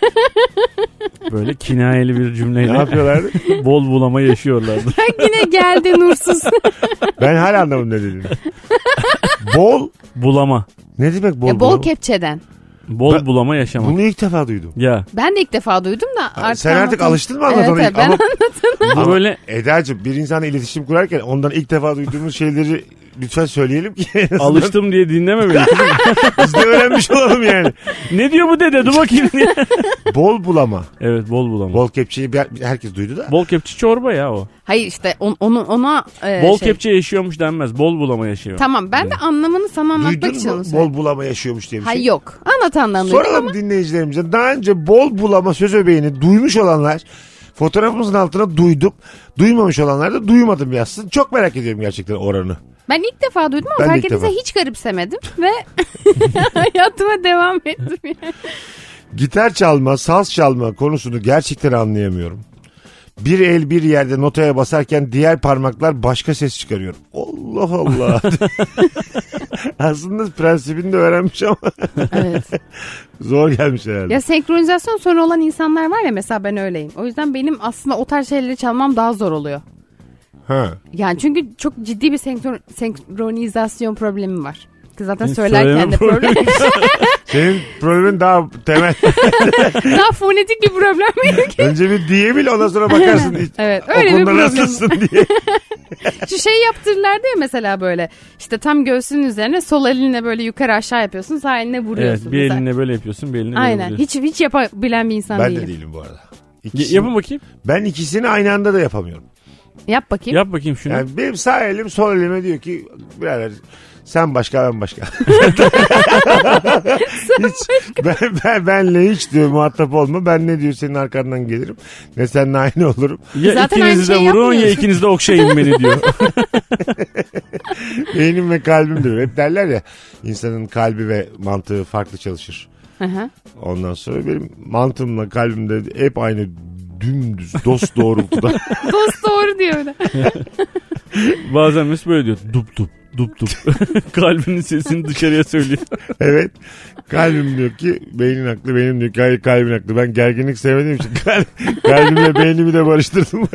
Böyle kinayeli bir cümleyle. Ne yapıyorlardı? Bol bulama yaşıyorlardır. Yine geldi nursuz. Ben hala anlamadım ne dediğini. Bol Bulama. ne demek bol? Ya, bol bulama? kepçeden. Bol Ben- bulama yaşamak. Bunu ilk defa duydum. Ya. Ben de ilk defa duydum da. Artık Sen artık anlatan- alıştın mı anlatana? Evet, evet, ben Ama- Bu Ama böyle Eda'cığım, bir insanla iletişim kurarken ondan ilk defa duyduğumuz şeyleri lütfen söyleyelim ki. en azından alıştım diye dinleme beni. Biz de öğrenmiş olalım yani. Ne diyor bu dede? Dur bakayım diye. Bol bulama. Evet, bol bulama. Bol, Bol kepçeyi bir- herkes duydu da. bol kepçe çorba ya o. Hayır işte on, onu ona e, Bol şey. kepçe yaşıyormuş denmez. Bol bulama yaşıyor. Tamam ben de anlamını sana anlatmak Duydun için onu mu söyledim. bol bulama yaşıyormuş diye bir şey? Hayır yok. Anlatandan duydum Soralım ama. dinleyicilerimize. Daha önce bol bulama söz öbeğini duymuş olanlar fotoğrafımızın altına duydum. Duymamış olanlar da duymadım yazsın. Çok merak ediyorum gerçekten oranı. Ben ilk defa duydum ama Ben de fark ilk edilse defa. hiç garipsemedim ve hayatıma devam ettim. Yani. Gitar çalma, saz çalma konusunu gerçekten anlayamıyorum. Bir el bir yerde notaya basarken diğer parmaklar başka ses çıkarıyor. Allah Allah. Aslında prensibini de öğrenmiş ama Evet. zor gelmiş herhalde. Ya senkronizasyon sorunu olan insanlar var ya, mesela ben öyleyim. O yüzden benim aslında o tarz şeyleri çalmam daha zor oluyor. Ha. Yani çünkü çok ciddi bir senkron- senkronizasyon problemim var. Ki zaten Senin söylerken söyleme de problem. Senin problemin daha temel. Daha fonetik bir problem benim. Önce bir diyebil, ondan sonra bakarsın. Evet, O öyle bir konuda problem. nasılsın diye. Şu şey yaptırırlardı ya mesela, böyle işte tam göğsünün üzerine sol elinle böyle yukarı aşağı yapıyorsun, sağ elinle vuruyorsun. Evet, bir mesela. elinle böyle yapıyorsun, bir elinle böyle Aynen. vuruyorsun. Hiç hiç yapabilen bir insan Ben değilim. de değilim bu arada. Y- İkisini- yapın bakayım. ben ikisini aynı anda da yapamıyorum. Yap bakayım. Yap bakayım şunu. Yani benim sağ elim sol elime diyor ki birader sen başka ben başka. hiç, ben, ben, benle hiç diyor muhatap olma. Ben ne diyor senin arkandan gelirim. Ne seninle aynı olurum. Ya Zaten ikinizi de aynı şeyi vurun ya yapmıyorsun. ikiniz de okşayın beni diyor. Beynim ve kalbim diyor. Hep derler ya insanın kalbi ve mantığı farklı çalışır. Hı hı. Ondan sonra benim mantığımla kalbim de hep aynı dümdüz dost doğrultuda. Dost doğru diyor öyle. Bazen Mesut böyle diyor. Dup dup dup dup. Kalbinin sesini dışarıya söylüyor. Evet. Kalbim diyor ki beynin haklı, benim diyor ki hayır kalbin haklı. Ben gerginlik sevmediğim için kal- kalbimle beynimi de barıştırdım.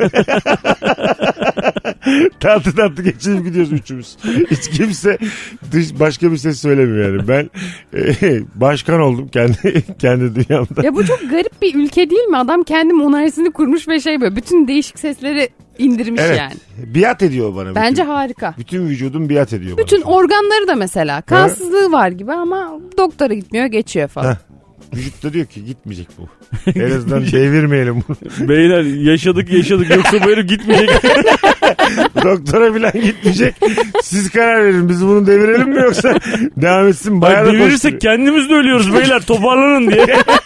tatlı tatlı geçinip gidiyoruz üçümüz. Hiç kimse dış başka bir ses söylemiyor yani. Ben e, başkan oldum kendi kendi dünyamda. Ya bu çok garip bir ülke değil mi? Adam kendi monarşisini kurmuş ve şey böyle bütün değişik sesleri indirmiş Evet. yani. Biat ediyor bana. Bence bütün, harika. bütün vücudum biat ediyor bana. Bütün organları da mesela kansızlığı var gibi ama doktora gitmiyor, geçiyor falan. Heh. Vücut da diyor ki gitmeyecek bu. En azından devirmeyelim bunu. Beyler yaşadık yaşadık yoksa bu herif gitmeyecek. Doktora bilen gitmeyecek. Siz karar verin. Biz bunu devirelim mi yoksa devam etsin? Bayağı Bak da devirirsek koşturuyor. kendimiz de ölüyoruz beyler toparlanın diye.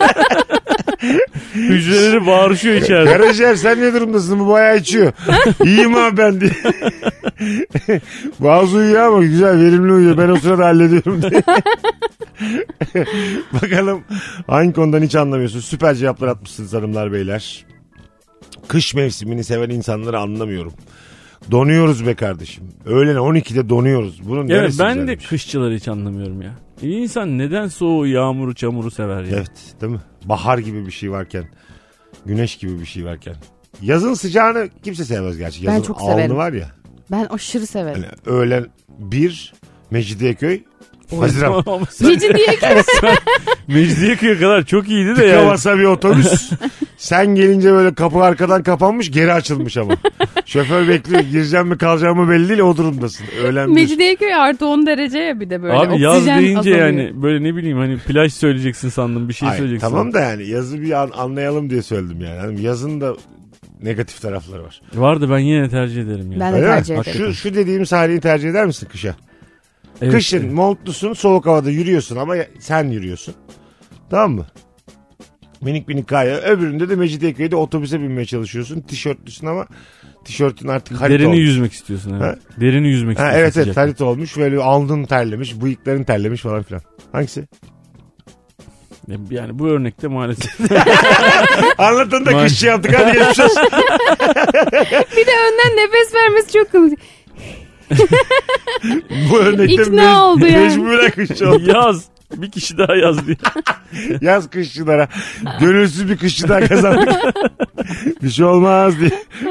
Hücreleri bağırışıyor içeride. Karaciğer sen ne durumdasın? Bu bayağı içiyor. İyiyim abi ben diye. Bazı uyuyor ama güzel verimli uyuyor. Ben o sırada hallediyorum diye. Bakalım hangi konudan hiç anlamıyorsun. Süper cevaplar atmışsınız hanımlar beyler. Kış mevsimini seven insanları anlamıyorum. Donuyoruz be kardeşim. Öğlen on ikide donuyoruz. Bunun Evet neresi ben de güzelmiş? kışçıları hiç anlamıyorum ya. İyi insan neden soğuğu, yağmuru, çamuru sever ya? Evet değil mi? Bahar gibi bir şey varken. Güneş gibi bir şey varken. Yazın sıcağını kimse sevmez gerçi. Ben Yazın çok alnı severim. var ya. Ben aşırı severim. Hani öğlen bir Mecidiyeköy Haziran. Ama sen- Gece diye Mecidiyeköy'e kadar çok iyiydi de Tıka yani. basa bir otobüs. Sen gelince böyle kapı arkadan kapanmış, geri açılmış ama. Şoför bekliyor, gireceğim mi kalacağım mı belli değil, o durumdasın. Öğlen bir. Mecidiyeköy artı on derece ya bir de böyle. Abi yaz Oksijen deyince azalıyor. yani böyle ne bileyim hani plaj söyleyeceksin sandım bir şey Ay, söyleyeceksin. tamam da yani yazı bir an, anlayalım diye söyledim yani. Hani yazın da negatif tarafları var. Vardı ben yine tercih ederim ya. Ben de Öyle tercih mi? ederim. Şu, şu dediğim sahneyi tercih eder misin kışa? Evet. Kışın montlusun, soğuk havada yürüyorsun ama sen yürüyorsun. Tamam mı? Minik minik kaya. Öbüründe de Mecidiyeköy'de otobüse binmeye çalışıyorsun. Tişörtlüsün ama tişörtün artık harita Derini olmuş. yüzmek istiyorsun. Evet. Ha? Derini yüzmek Ha, istiyorsun. evet evet sıcakta. harita olmuş. Böyle alnın terlemiş, bıyıkların terlemiş falan filan. Hangisi? Yani bu örnekte maalesef. Anlatan da Maalesef. kışçı yaptık. Hadi geçmiş olsun. Bir de önden nefes vermesi çok komik. Bu örnekte İkna me- oldu yani. mecburen kışçı oldu. Yaz. Bir kişi daha yaz diye. Yaz kışçılara. Gönülsüz bir kışçı daha kazandık. Bir şey olmaz diye.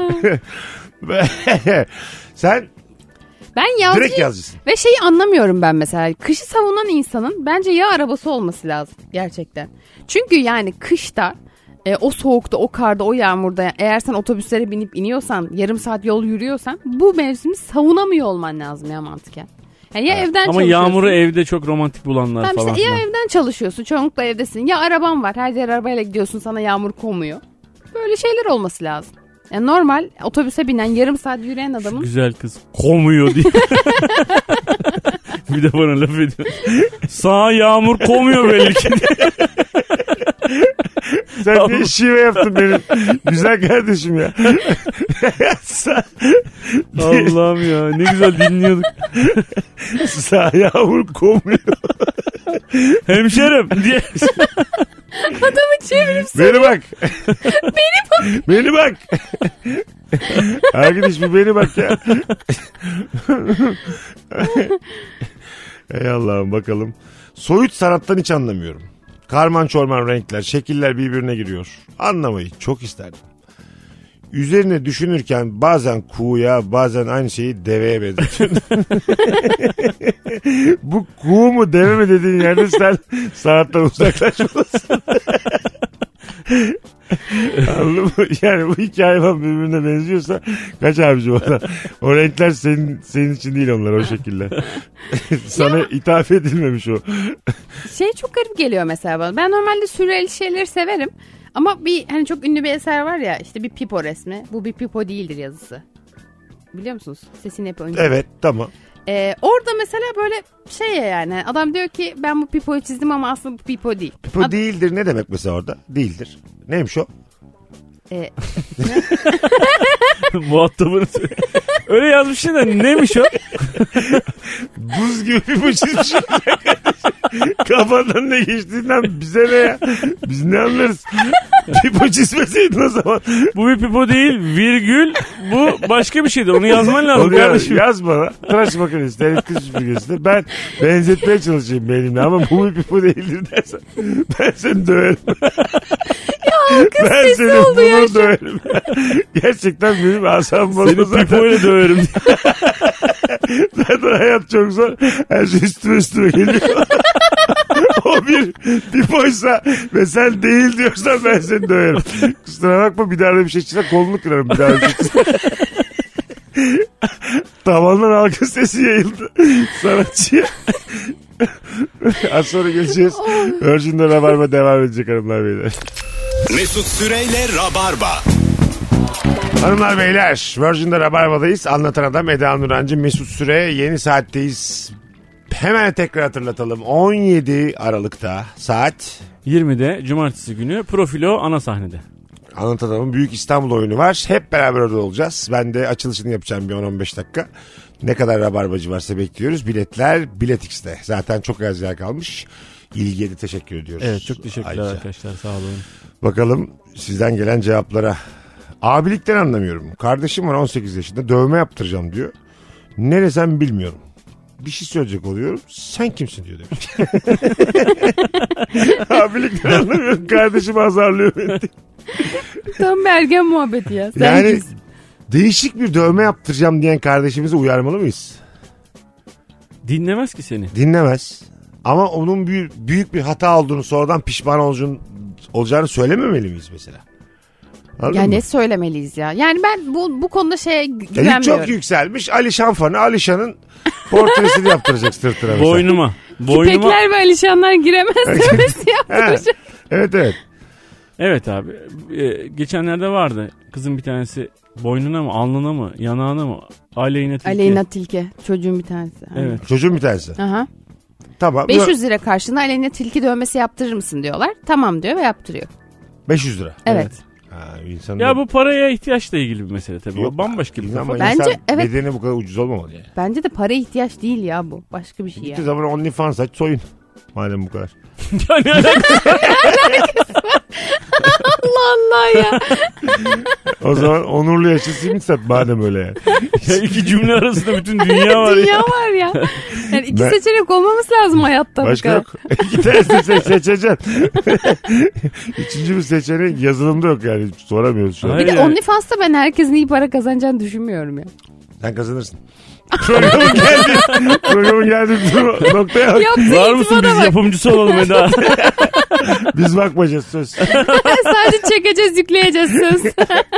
Sen Ben yazcı direkt yazcısın. ve şeyi anlamıyorum ben mesela. Kışı savunan insanın bence ya arabası olması lazım gerçekten. Çünkü yani kışta e, o soğukta, o karda, o yağmurda eğer sen otobüslere binip iniyorsan, yarım saat yol yürüyorsan bu mevsimi savunamıyor olman lazım ya mantıken. Yani ya evden Ama çalışıyorsun. yağmuru evde çok romantik bulanlar Tamam falan işte ya filan. evden çalışıyorsun, çoğunlukla evdesin. Ya araban var, her yer arabayla gidiyorsun, sana yağmur komuyor. Böyle şeyler olması lazım. Yani normal otobüse binen, yarım saat yürüyen adamın... Güzel kız komuyor diye. Bir de bana laf ediyor. Sağ yağmur komuyor belli ki. Sen niye şive yaptın benim? Güzel kardeşim ya. Sa- Allah'ım ya ne güzel dinliyorduk. Sağ yağmur komuyor. Hemşerim diye. Adamı çevirip Beni bak. Beni bak. Beni bak. Arkadaş bir beni bak ya. Ey Allah'ım bakalım. Soyut sanattan hiç anlamıyorum. Karman çorman renkler, şekiller birbirine giriyor. Anlamayı çok isterdim. Üzerine düşünürken bazen kuğuya bazen aynı şeyi deveye benzetiyorum. Bu kuğu mu deve mi dediğin yerde sen sanattan uzaklaşmalısın. Anladın mı? Yani bu iki hayvan birbirine benziyorsa kaç abicim ona. O renkler senin, senin için değil onlar o şekiller. Sana ithaf edilmemiş o. şey çok garip geliyor mesela bana. Ben normalde sürreal şeyleri severim. Ama bir hani çok ünlü bir eser var ya işte bir pipo resmi. Bu bir pipo değildir yazısı. Biliyor musunuz? Sesini hep önce. Evet tamam. Ee, orada mesela böyle şey yani adam diyor ki ben bu pipoyu çizdim ama aslında bu pipo değil. Bu Ad- değildir ne demek mesela orada? Değildir. Neymiş o? Ee, Muhatabını söyle. Öyle yazmışsın da neymiş o? Buz gibi bir bu çizmişim. Kafadan ne geçtiğinden bize ne ya? Biz ne anlarız? Pipo çizmeseydin o zaman. Bu bir pipo değil virgül bu başka bir şeydi onu yazman lazım Onu yaz, kardeşim. yaz bana. Tıraş makinesi, elektrik süpürgesi. Ben benzetmeye çalışayım benimle ama bu bir pipo değildir dersen ben seni döverim. Ben seni oldu ya bunu şu- döverim. Gerçekten benim asabım Seni bozuldu zaten. pipoyla döverim. Zaten hayat çok zor. Her şey üstüme üstüme geliyor. O bir pipoysa ve sen değil diyorsan ben seni döverim. Kusura bakma bir daha da bir şey çıksa kolunu kırarım. Bir daha bir şey çıksa. Tavandan alkış sesi yayıldı. Sanatçıya. Az sonra geçeceğiz. Virgin'de Rabarba devam edecek hanımlar beyler. Mesut Süreyle Rabarba. Hanımlar beyler Virgin'de Rabarba'dayız. Anlatan Adam Eda Nurancı, Mesut Süre, yeni saatteyiz. Hemen tekrar hatırlatalım. on yedi Aralık'ta saat yirmide cumartesi günü Profilo ana sahnede. Anlatan Adam'ın Büyük İstanbul oyunu var. Hep beraber orada olacağız. Ben de açılışını yapacağım bir on on beş dakika. Ne kadar rabarbacı varsa bekliyoruz. Biletler Bilet X'te. Zaten çok az yer kalmış. İlgiye de teşekkür ediyoruz. Evet çok teşekkürler Ayrıca. arkadaşlar sağ olun. Bakalım sizden gelen cevaplara. Abilikten anlamıyorum. Kardeşim var on sekiz yaşında dövme yaptıracağım diyor. Ne desem bilmiyorum. Bir şey söyleyecek oluyorum. Sen kimsin diyor demiş. Abilikten anlamıyorum. Kardeşim azarlıyor beni. tam bir ergen muhabbeti ya. Sen Yani kimsin? değişik bir dövme yaptıracağım diyen kardeşimizi uyarmalı mıyız? Dinlemez ki seni. Dinlemez. Ama onun büyük, büyük bir hata olduğunu sonradan pişman olacağını, olacağını söylememeli miyiz mesela? Anladın Ya mı? ne söylemeliyiz ya? Yani ben bu bu konuda şeye gü- Ya yük güvenmiyorum. çok yükselmiş. Alişan fanı Alişan'ın portresini yaptıracak sırtına mesela. Boynuma. Boynuma. Küpekler ve alişanlar giremez demesi yaptıracak. Evet evet. Evet abi. Ee, geçenlerde vardı. Kızın bir tanesi boynuna mı, alnına mı, yanağına mı? Aleyna Tilki. Aleyna Tilki. Çocuğun bir tanesi. Evet. Çocuğun bir tanesi. Aha. Tamam. beş yüz lira karşılığında Aleyna Tilki dövmesi yaptırır mısın diyorlar. Tamam diyor ve yaptırıyor. beş yüz lira. Evet. Ha, insanın Ya da- bu paraya ihtiyaçla ilgili bir mesele tabii. Yok, O bambaşka bir ama kafa. Bence, insan evet. bedeni bu kadar ucuz olmamalı yani. Bence de para ihtiyaç değil ya bu. Başka bir şey Gittiği ya. zaman OnlyFans aç soyun. Madem bu kadar. Yani Allah Allah ya. O zaman onurlu yaşa simit sat madem öyle yani. ya iki cümle arasında bütün dünya var Dünya ya. var ya. Yani iki Ben- seçenek olmaması lazım hayatta. bu Başka kadar. yok. İki tanesini se- seçeceksin. Üçüncü bir seçenek yazılımda yok yani. Soramıyoruz şu an. Hayır. Bir de Yani- OnlyFans'ta ben herkesin iyi para kazanacağını düşünmüyorum ya. Sen kazanırsın. Programın geldi. Programın geldi. Noktaya bak. Yok Var değil mısın bana biz bak. yapımcısı olalım Eda? Biz bakmayacağız söz. Sadece çekeceğiz yükleyeceğiz söz.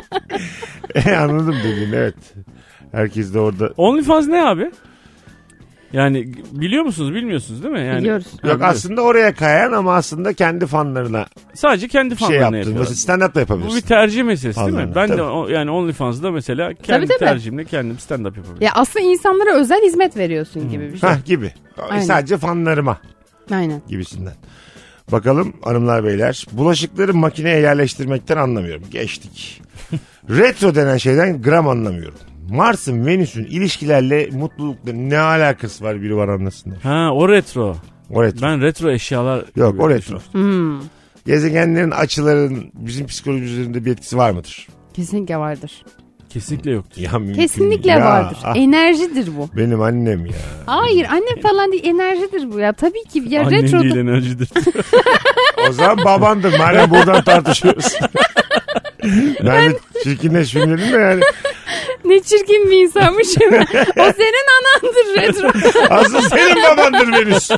E, anladım dediğin evet. Herkes de orada. OnlyFans ne abi? Yani biliyor musunuz bilmiyorsunuz değil mi? Yani, Biliyoruz. Ha, Yok biliyoruz. aslında oraya kayan ama aslında kendi fanlarına Sadece kendi şey fanlarına yaptın. yapıyorlar. Mesela stand-up da Bu bir yapabilirsin. tercih meselesi değil Fanlarına, mi? Ben tabii. de o- yani OnlyFans'da mesela kendi tabii. tercihimle kendim stand-up yapabilirim. Ya aslında insanlara özel hizmet veriyorsun gibi bir şey. Hah gibi. Aynen. Sadece fanlarıma Aynen. gibisinden. Bakalım hanımlar beyler. Bulaşıkları makineye yerleştirmekten anlamıyorum. Geçtik. Retro denen şeyden gram anlamıyorum. Mars'ın, Venüs'ün ilişkilerle mutlulukla ne alakası var biri var anlasın. Ha o retro. O retro. Ben retro eşyalar... Yok gibi o retro. düşünmüştüm. Hmm. Gezegenlerin açıların bizim psikolojimiz üzerinde bir etkisi var mıdır? Kesinlikle vardır. Kesinlikle yoktu. Ya mümkün Kesinlikle değil. Ya, vardır. ah, Enerjidir bu. benim annem ya. Hayır annem falan değil enerjidir bu ya. Tabii ki ya Annen retroda. değil enerjidir. O zaman babandır. Madem buradan tartışıyoruz. Ben de çirkinleşmeyeyim dedim de yani. Ne çirkin bir insanmışım. O senin anandır retro. Asıl senin babandır Venüs.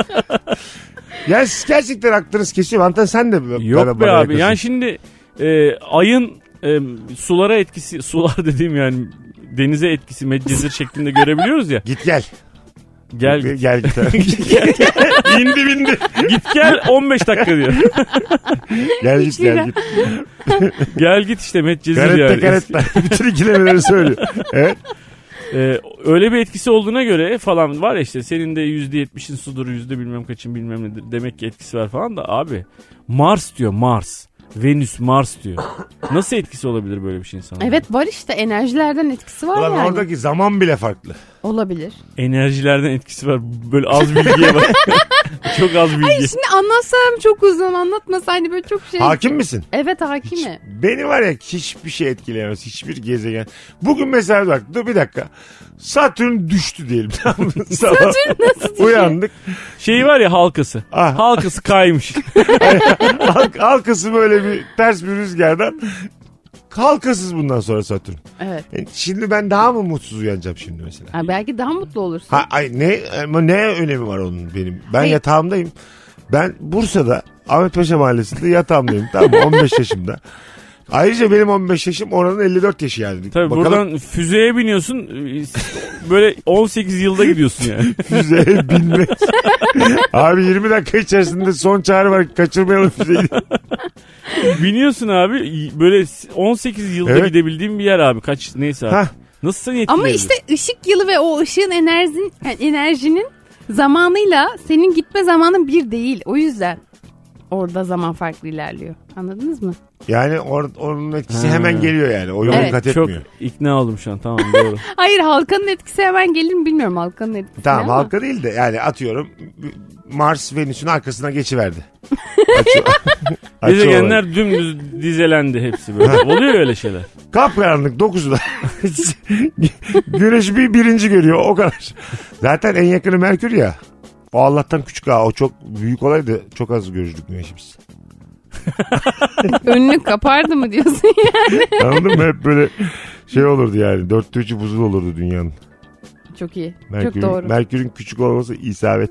Ya siz gerçekten aklınız kesiyor. Antan sen de bana- Yok bana be abi. yakasın. Yani şimdi e, ayın e, sulara etkisi, sular dediğim yani denize etkisi medcezir şeklinde görebiliyoruz ya. Git gel. Gel git. Gel git. Git gel. bindi bindi. Git gel on beş dakika diyor. Gel git gel git. Gel git işte medcezir Karetta yani. karetta. Bütün ikilemeleri söylüyor. Evet. Ee, öyle bir etkisi olduğuna göre falan var ya işte senin de yüzde yetmişin sudur yüzde bilmem kaçın bilmem nedir demek ki etkisi var falan da abi Mars diyor Mars Venüs Mars diyor. Nasıl etkisi olabilir böyle bir şey insana? Evet var işte enerjilerden etkisi var Ulan yani. oradaki zaman bile farklı. Olabilir. Enerjilerden etkisi var. Böyle az bilgiye bak. Çok az bilgi. Şimdi anlatsam çok uzun anlatmasa hani böyle çok şey. Hakim misin? Evet hakimi. Beni var ya hiçbir şey etkileyemez. Hiçbir gezegen. Bugün mesela bak dur bir dakika. Satürn düştü diyelim. Tamam mı? Satürn nasıl düşüyor? Uyandık. Şeyi var ya halkası. Ah. Halkası kaymış. Halk, halkası böyle bir ters bir rüzgardan. Halkasız bundan sonra Satürn. Evet. Yani şimdi ben daha mı mutsuz uyanacağım şimdi mesela? Ha, belki daha mutlu olursun. Ha, ay, ne, ama ne önemi var onun benim? Ben Hayır. yatağımdayım. Ben Bursa'da Ahmetpaşa Mahallesi'nde yatağımdayım. Tamam mı? on beş yaşımda. Ayrıca benim on beş yaşım oranın elli dört yaşı yani. Tabii Bakalım buradan füzeye biniyorsun. Böyle on sekiz yılda gidiyorsun yani. füzeye binmek. Abi yirmi dakika içerisinde son çağrı var. Kaçırmayalım füzeyi. Biniyorsun abi. Böyle on sekiz yılda Evet. gidebildiğim bir yer abi. Kaç neyse abi. Hah. Nasıl seni etkileyebilir? Ama işte ışık yılı ve o ışığın enerjinin, yani enerjinin zamanıyla senin gitme zamanın bir değil. O yüzden orada zaman farklı ilerliyor. Anladınız mı? Yani or, onun etkisi Ha. hemen geliyor yani. O yolu Evet. kat Çok etmiyor. ikna oldum şu an tamam doğru. Hayır halkanın etkisi hemen gelir mi bilmiyorum halkanın etkisi. Tamam ama. halka değil de yani atıyorum Mars Venüs'ün arkasına geçiverdi. Açı, açı olarak. Gezegenler dümdüz dizelendi hepsi böyle. Oluyor öyle şeyler. Kapkaranlık dokuzuda. Güneş bir birinci görüyor o kadar. Zaten en yakını Merkür ya. O Allah'tan küçük ha. O çok büyük olaydı. Çok az görürdük güneşimiz. Önünü kapardı mı diyorsun yani? Anladın mı? Hep böyle şey olurdu yani. Dörtte üçü buzul olurdu dünyanın. Çok iyi. Merkür'ün, Çok doğru. Merkür'ün küçük olması isabet.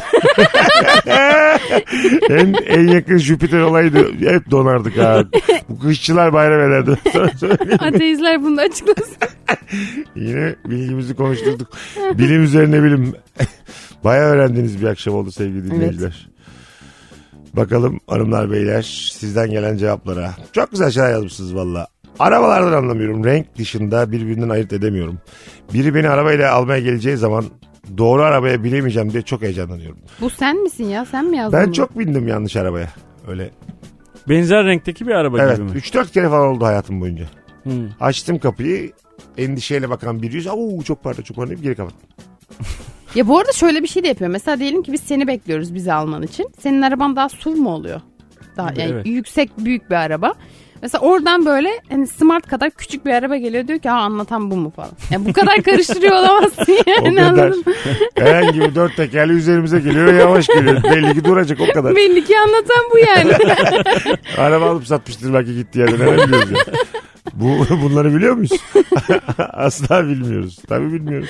en, en yakın Jüpiter olaydı. Hep donardık ha. Bu kışçılar bayram ederdi. Ateistler bunu da açıklasın. Yine bilgimizi konuşturduk. Bilim üzerine bilim. Bayağı öğrendiğiniz bir akşam oldu sevgili dinleyiciler. Bakalım hanımlar beyler sizden gelen cevaplara. Çok güzel şeyler yazmışsınız valla. Arabalardan anlamıyorum. Renk dışında birbirinden ayırt edemiyorum. Biri beni arabayla almaya geleceği zaman doğru arabaya binemeyeceğim diye çok heyecanlanıyorum. Bu sen misin ya? Sen mi yazdın Ben bunu? çok bindim yanlış arabaya. Öyle Benzer renkteki bir araba Evet. gibi mi? üç dört kere falan oldu hayatım boyunca. Hmm. Açtım kapıyı. Endişeyle bakan bir yüz. Aa çok pardon çok pardon deyip geri kapattım. Ya bu arada şöyle bir şey de yapıyor. Mesela diyelim ki biz seni bekliyoruz bizi alman için. Senin araban daha S U V mu oluyor? Daha yani Evet. yüksek büyük bir araba. Mesela oradan böyle hani Smart kadar küçük bir araba geliyor, diyor ki ha anlatan bu mu falan. Yani bu kadar karıştırıyor olamazsın yani. O kadar. Anladın mı? Herhangi bir dört tekerli üzerimize geliyor yavaş geliyor. Belli ki duracak o kadar. Belli ki anlatan bu yani. Araba alıp satmıştır belki gitti yerden. Nereden biliyoruz ya? Bu, bunları biliyor muyuz? Asla bilmiyoruz. Tabii bilmiyoruz.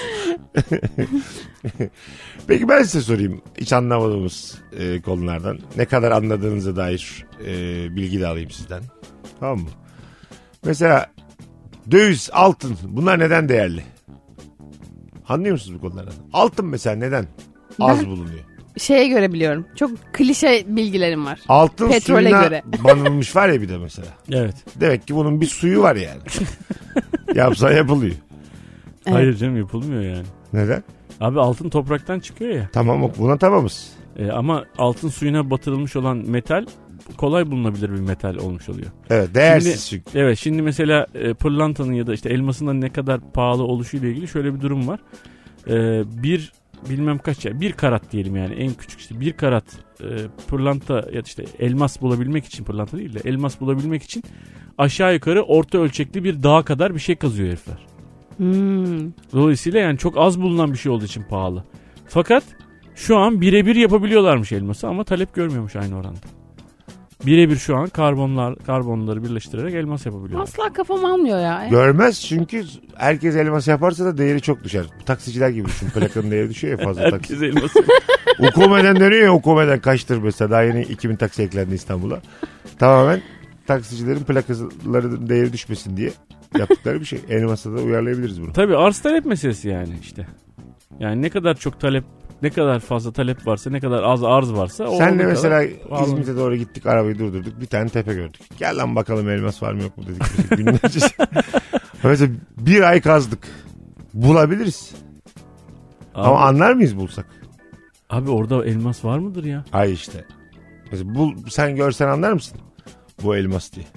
Peki ben size sorayım. Hiç anlamadığımız e, konulardan. Ne kadar anladığınıza dair e, bilgi de alayım sizden. Tamam mı? Mesela döviz, altın bunlar neden değerli? Anlıyor musunuz bu konulardan? Altın mesela neden az Ben- bulunuyor? Şeye göre biliyorum. Çok klişe bilgilerim var. Altın Petrole suyuna göre. banılmış var ya bir de mesela. Evet. Demek ki bunun bir suyu var yani. Yapsa yapılıyor. Evet. Hayır canım, yapılmıyor yani. Neden? Abi altın topraktan çıkıyor ya. Tamam buna tamamız. E, ama altın suyuna batırılmış olan metal kolay bulunabilir bir metal olmuş oluyor. Evet değersiz Şimdi- çünkü. Evet, şimdi mesela e, pırlantanın ya da işte elmasın ne kadar pahalı oluşuyla ilgili şöyle bir durum var. E, bir bilmem kaç ya bir karat diyelim yani en küçük işte bir karat e, pırlanta ya da işte elmas bulabilmek için, pırlanta değil de elmas bulabilmek için aşağı yukarı orta ölçekli bir dağ kadar bir şey kazıyor herifler. Hmm. Dolayısıyla yani çok az bulunan bir şey olduğu için pahalı. Fakat şu an birebir yapabiliyorlarmış elması ama talep görmüyormuş aynı oranda. Birebir şu an karbonlar karbonları birleştirerek elmas yapabiliyorlar. Asla kafam almıyor ya. Görmez çünkü herkes elmas yaparsa da değeri çok düşer. Bu taksiciler gibi düşün. Plakanın değeri düşüyor ya fazla taksi. Herkes elması. Ukome'den dönüyor ya Ukome'den kaçtır mesela. Daha yeni iki bin taksi eklendi İstanbul'a. Tamamen taksicilerin plakaların değeri düşmesin diye yaptıkları bir şey. Elmas'a da uyarlayabiliriz bunu. Tabii arz talep meselesi yani işte. Yani ne kadar çok talep, ne kadar fazla talep varsa, ne kadar az arz varsa o Senle kadar mesela pahalı. İzmit'e doğru gittik, arabayı durdurduk. Bir tane tepe gördük. Gel lan bakalım elmas var mı yok mu dedik. Biz günlerce. Mesela bir ay kazdık. Bulabiliriz. Abi, Ama anlar mıyız bulsak? abi orada elmas var mıdır ya? Ay işte. Mesela bul, sen görsen anlar mısın? Bu elmas diye.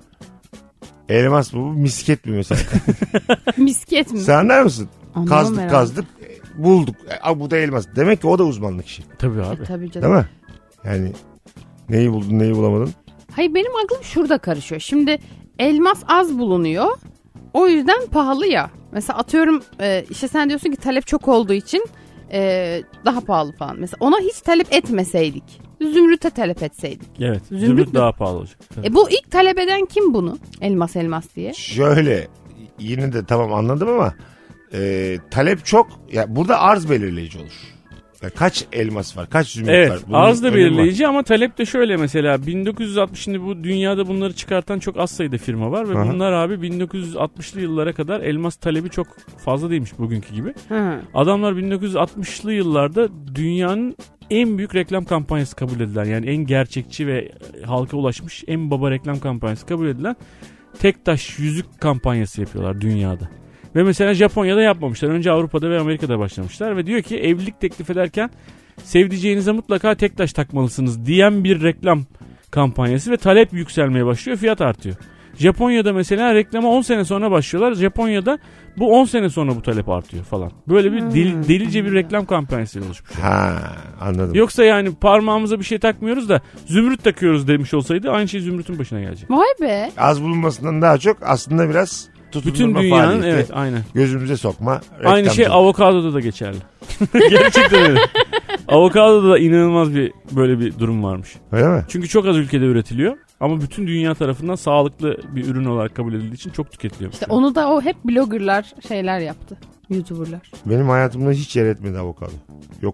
Elmas mı bu? Misket mi mesela? Misket mi? Sen anlar mısın? Anlamam Kazdık herhalde. kazdık. e, Bulduk. E, bu da elmas. Demek ki o da uzmanlık işi. Tabii abi. E, tabii canım. Değil mi? Yani neyi buldun neyi bulamadın? Hayır, benim aklım şurada karışıyor. Şimdi elmas az bulunuyor. O yüzden pahalı ya. Mesela atıyorum e, işte sen diyorsun ki talep çok olduğu için e, daha pahalı falan. Mesela ona hiç talep etmeseydik. Zümrüt'e talep etseydik. Evet. Zümrüt Zümrüt mü? daha pahalı olacak. Tabii. E, bu ilk talep eden kim bunu? Elmas elmas diye. Şöyle yine de tamam anladım ama e, talep çok. Ya burada arz belirleyici olur. Ya kaç elmas var? Kaç zümrüt Evet, var? Bunun arz da önemi var. belirleyici ama talep de şöyle mesela bin dokuz yüz altmış, şimdi bu dünyada bunları çıkartan çok az sayıda firma var ve Aha. bunlar abi bin dokuz yüz altmışlı yıllara kadar elmas talebi çok fazla değilmiş bugünkü gibi. Hı. Adamlar bin dokuz yüz altmışlı yıllarda dünyanın en büyük reklam kampanyası kabul edilen, yani en gerçekçi ve halka ulaşmış en baba reklam kampanyası kabul edilen tek taş yüzük kampanyası yapıyorlar dünyada. Ve mesela Japonya'da yapmamışlar. Önce Avrupa'da ve Amerika'da başlamışlar ve diyor ki evlilik teklif ederken sevdiceğinize mutlaka tek taş takmalısınız diyen bir reklam kampanyası ve talep yükselmeye başlıyor, fiyat artıyor. Japonya'da mesela reklama on sene sonra başlıyorlar. Japonya'da bu on sene sonra bu talep artıyor falan. Böyle bir deli, delice bir reklam kampanyası oluşmuş. Ha anladım. Yoksa yani parmağımıza bir şey takmıyoruz da zümrüt takıyoruz demiş olsaydı aynı şey zümrütün başına gelecek. Vay be. Az bulunmasından daha çok aslında biraz Bütün tutundurma dünyanın faaliyeti. evet aynen. Gözümüze sokma. Aynı şey reklamcılık. avokadoda da geçerli. Gerçekten öyle. Avokadoda da inanılmaz bir böyle bir durum varmış. Öyle mi? Çünkü çok az ülkede üretiliyor ama bütün dünya tarafından sağlıklı bir ürün olarak kabul edildiği için çok tüketiliyor. İşte onu da o hep bloggerlar şeyler yaptı. YouTuber'lar. Benim hayatımda hiç yer etmedi avokado. Yok.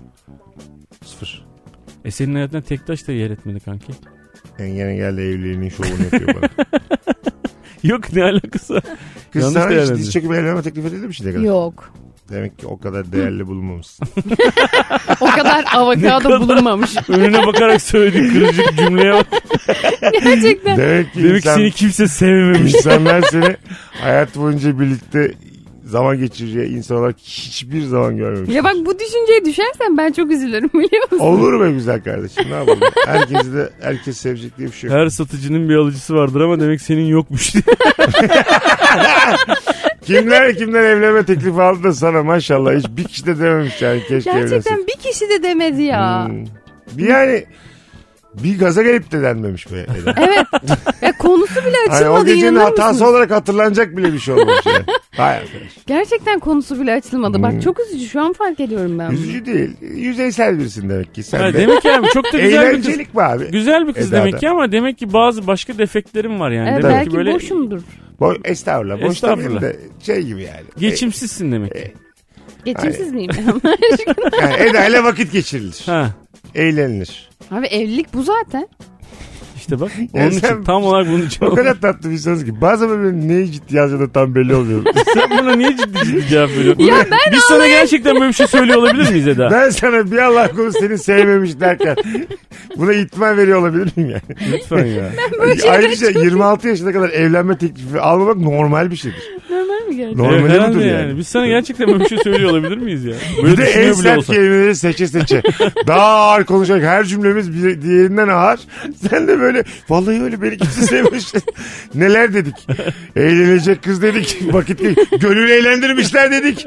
Sıfır. E senin hayatına tek taş da yer etmedi kanki. Engene geldi evliliğinin şovunu yapıyor bana. Yok, ne alakası var? Kız Yanlış sana hiç değerlendirdin. diz çöküp evlenme teklif edildi mi şimdiye kadar? Yok. Demek ki o kadar değerli bulunmamışsın. O kadar avokado bulunmamış. Önüne bakarak söylediğin kırıcı cümleye bak. Gerçekten. Demek ki Demek ki insan, seni kimse sevmemiş. insanlar seni hayat boyunca birlikte zaman geçireceği insan olarak hiçbir zaman görmemiştim. Ya bak bu düşünceye düşersen ben çok üzülürüm biliyor musun? Olur be güzel kardeşim, ne yapalım? Herkesi de herkes sevecek diye bir şey yok. Her satıcının bir alıcısı vardır ama demek senin yokmuş diye. Kimler kimler evlenme teklifi aldı da sana maşallah hiç bir kişi de dememiş yani keşke evlensin. Gerçekten bir kişi de demedi ya. Hmm. Bir yani bir gaza gelip de denmemiş be. Evet. Ya konusu bile açılmadı. Hani o gecenin inanır hatası mısınız? olarak hatırlanacak bile bir şey olmamış yani. Hay arkadaş. Gerçekten konusu bile açılmadı. Hmm. Bak çok üzücü, şu an fark ediyorum ben. Üzücü değil. Yüzeysel birisin demek ki. Sen Ha, de. demek ki abi çok da güzel bir kız. Eğlencelik mi abi? Güzel bir kız Eda'da. demek ki ama demek ki bazı başka defeklerim var yani. Evet, demek belki ki böyle boşumdur. Bo estağfurullah. Boş Estağfurullah. de şey gibi yani. geçimsizsin demek ki. E, Geçimsiz miyim? yani Eda ile vakit geçirilir. Ha. Eğlenilir. Abi evlilik bu zaten. İşte bak Ya onun sen- için tam olarak bunun için. O kadar tatlı bir insanız ki. Bazen böyle neyi ciddi yazdığında tam belli olmuyor. Sen buna niye ciddi ciddi cevap veriyorsun? Ya ben Biz sana gerçekten böyle bir şey söylüyor olabilir miyiz Eda? Ben sana bir Allah korusun seni sevmemiş derken buna ihtimal veriyor olabilir miyim yani? Lütfen ya. Ayrıca yirmi altı yaşına kadar evlenme teklifi almamak normal bir şeydir. Normal mi gerçekten? Normali Evet, herhalde budur yani. yani. Biz sana gerçekten böyle bir şey söylüyor olabilir miyiz ya? Bir Böyle de en düşünüyor bile sert olsak. kelimeleri seçe seçe. Daha ağır konuşarak her cümlemiz bir diğerinden ağır. Sen de böyle vallahi öyle beni kimse sevmiş. Neler dedik? Eğlenecek kız dedik. Vakit gönül eğlendirmişler dedik.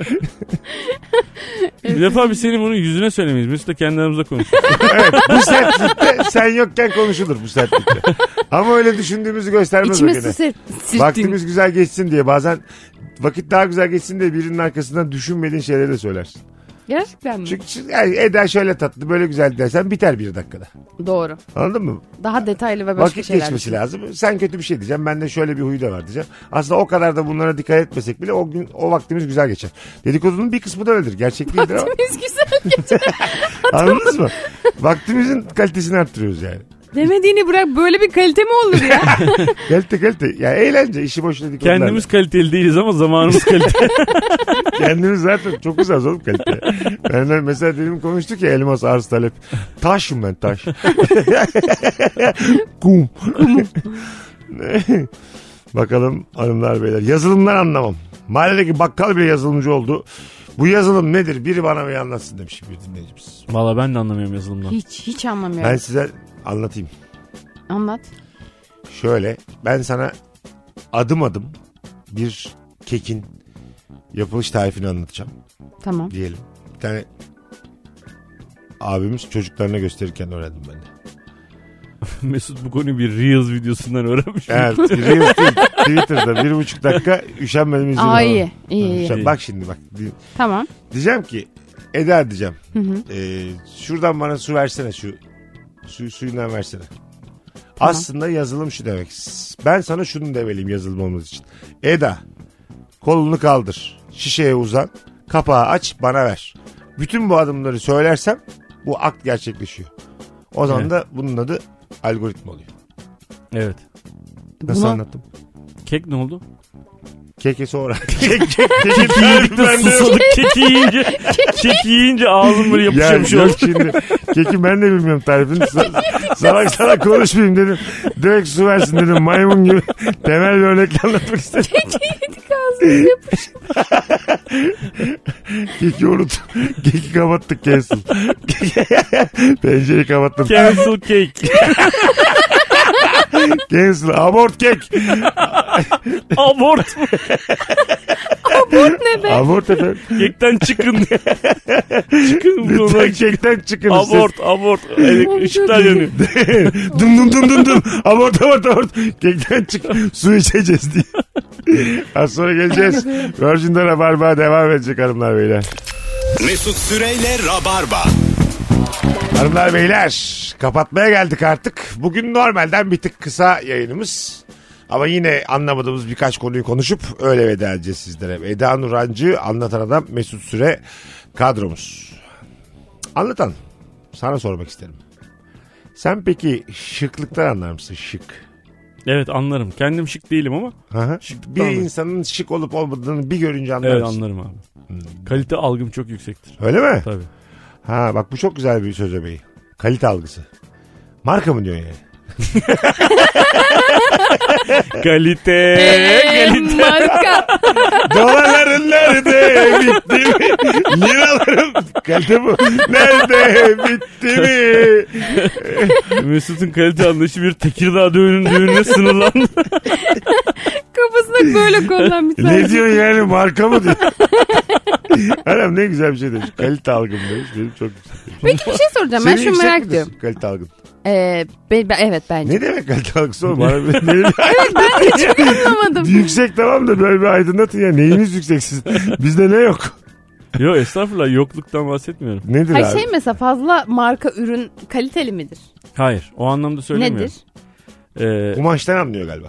Bir defa biz senin bunu yüzüne söylemeyiz. Mesut da kendi aramızda konuşuyor. Evet, bu sertlikte sen yokken konuşulur bu sertlikte. Ama öyle düşündüğümüzü göstermez İçime o gene. su ser- sirttim. Vaktimiz güzel geçsin diye bazen vakit daha güzel geçsin diye birinin arkasından düşünmediğin şeyleri de söylersin. Gerçekten mi? Çünkü yani Eda şöyle tatlı böyle güzel dersen biter bir dakikada. Doğru. Anladın mı? Daha detaylı ve başka Vakit şeyler. geçmesi düşün. lazım. Sen kötü bir şey diyeceğim. Ben de şöyle bir huyu da var diyeceğim. Aslında o kadar da bunlara dikkat etmesek bile o gün o vaktimiz güzel geçer. Dedikodunun bir kısmı da öyledir. Gerçek değildir ama. Biz güzel geçer. Anladınız mı? Vaktimizin kalitesini arttırıyoruz yani. Demediğini bırak, böyle bir kalite mi olur ya? Kalite kalite. Ya eğlence işi boş dedikodularla. Kendimiz kaliteli değiliz ama zamanımız kaliteli. Kendimiz zaten çok uzağız oğlum kalite. Benden mesela dedim konuştuk ya elmas arz talep. Taşım ben taş. Kum. Bakalım hanımlar beyler. Yazılımdan anlamam. Mahalledeki bakkal bile yazılımcı oldu. Bu yazılım nedir? Biri bana bir anlatsın demiş bir dinleyicimiz. Valla ben de anlamıyorum yazılımdan. Hiç hiç anlamıyorum. Ben size anlatayım. Anlat. Şöyle ben sana adım adım bir kekin yapılış tarifini anlatacağım. Tamam. Diyelim. Bir tane abimiz çocuklarına gösterirken öğrendim ben de. Mesut bu konuyu bir Reels videosundan öğrenmiş. Evet. Reels değil. Twitter'da bir buçuk dakika üşenmedim izledim. Aa ama. iyi. İyi iyi. Üşen- Bak şimdi bak. Di- Tamam. Diyeceğim ki Eda diyeceğim. Hı hı. Ee, şuradan bana su versene şu. Su, suyundan versene. Aslında yazılım şu demek. Ben sana şunu demeliyim yazılım olması için. Eda kolunu kaldır. Şişeye uzan. Kapağı aç bana ver. Bütün bu adımları söylersem bu akt gerçekleşiyor. O zaman Evet. da bunun adı algoritma oluyor. Evet. Nasıl Buna- anlattım? Kek ne oldu? Keke sonra. Kek, kek, kek, Kek yiyince de susadık. Kek yiyince, kek yiyince ağzım böyle Ya yapışıyormuş. yok şimdi. Keki ben de bilmiyorum tarifini. Sa- salak salak konuşmayayım dedim. Direkt su versin dedim. Maymun gibi. Temel bir örnekle anlatmak istedim. Ağzını yapış. Keki unut. Keki kapattık cancel. Pencereyi kapattım. Cancel cake. Cancel. Abort kek. Abort. Ne be? Abort efendim. Kekten çıkın. Çıkın bu konudan. Lütfen kekten çıkın. Abort, abort. Evet, ışıklar yanıyor. dum dum dum dum dum. Abort abort abort. Kekten çık. Su içeceğiz diye. Az sonra geleceğiz. Virgin'de Rabarba devam edecek hanımlar beyler. Mesut Süreyle Rabarba. Hanımlar beyler kapatmaya geldik artık. Bugün normalden bir tık kısa yayınımız. Ama yine anlamadığımız birkaç konuyu konuşup öyle veda edeceğiz sizlere. Eda Nurancı, Anlatan Adam, Mesut Süre kadromuz. Anlatan, sana sormak isterim. Sen peki şıklıktan anlar mısın? Şık. Evet anlarım. Kendim şık değilim ama. Aha. Şıklıktan Bir anlarım. insanın şık olup olmadığını bir görünce anlar Evet mısın? anlarım abi. Kalite algım çok yüksektir. Öyle mi? Tabii. Ha bak bu çok güzel bir söz öbeği. Kalite algısı. Marka mı diyorsun yani? Kalite. Eee, Kalite. marka. Dolarların nerede bitti mi? Liralarım kalite bu. Nerede bitti mi? Mesut'un kalite anlayışı bir Tekirdağ düğünün düğününe sınırlandı. Kafasına böyle konulan bir tane. Ne diyorsun yani, marka mı diyor? Anam ne güzel bir şey demiş. Kalite algım demiş. Benim çok güzel. Peki bir şey soracağım. Ben Senin şunu yüksek merak midir ediyorum. kalite algın? Ee, be- be- evet bence. Ne demek kalite algısı oğlum? Bana bir- ne- Ben de çok anlamadım. Yüksek tamam da böyle bir aydınlatın ya. Neyiniz yüksek siz? Bizde ne yok? Yok estağfurullah, yokluktan bahsetmiyorum. Nedir Hayır abi? şey mesela fazla marka ürün kaliteli midir? Hayır, o anlamda söylemiyorum. Nedir? Ee, Kumaştan anlıyor galiba.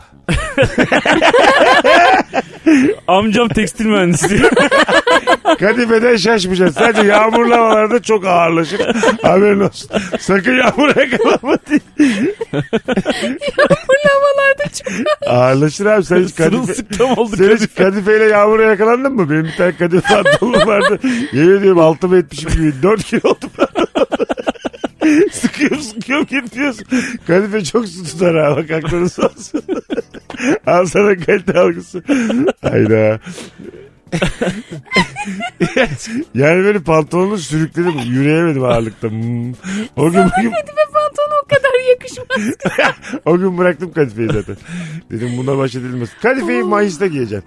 amcam tekstil mühendisi. Kadifeden şaşmayacaksın. Sadece yağmurlu havalarda çok ağırlaşır. Haberin olsun. Sakın yağmura yakalanma diye. Yağmurlu havalarda çok. Ağırlaşır abi. Sen hiç kadife, Sırılsıklam oldu sen hiç kadife. kadifeyle yağmura yakalandın mı? Benim bir tane kadife pantolonum vardı. Yemin ediyorum altımı etmişim gibi. Dört kilo oldu pantolon. Sıkıyorum sıkıyorum gitmiyorsun. Kadife çok su tutar ha. Bak aklınız olsun. Al sana kalite algısı. Hayda. Yani böyle pantolonu sürükledim. Yürüyemedim ağırlıkta. Hmm. O gün bugün, Kadife pantolonu o kadar yakışmaz. o gün bıraktım kadifeyi zaten. Dedim buna baş edilmez. Kadifeyi Mayıs'ta giyeceksin.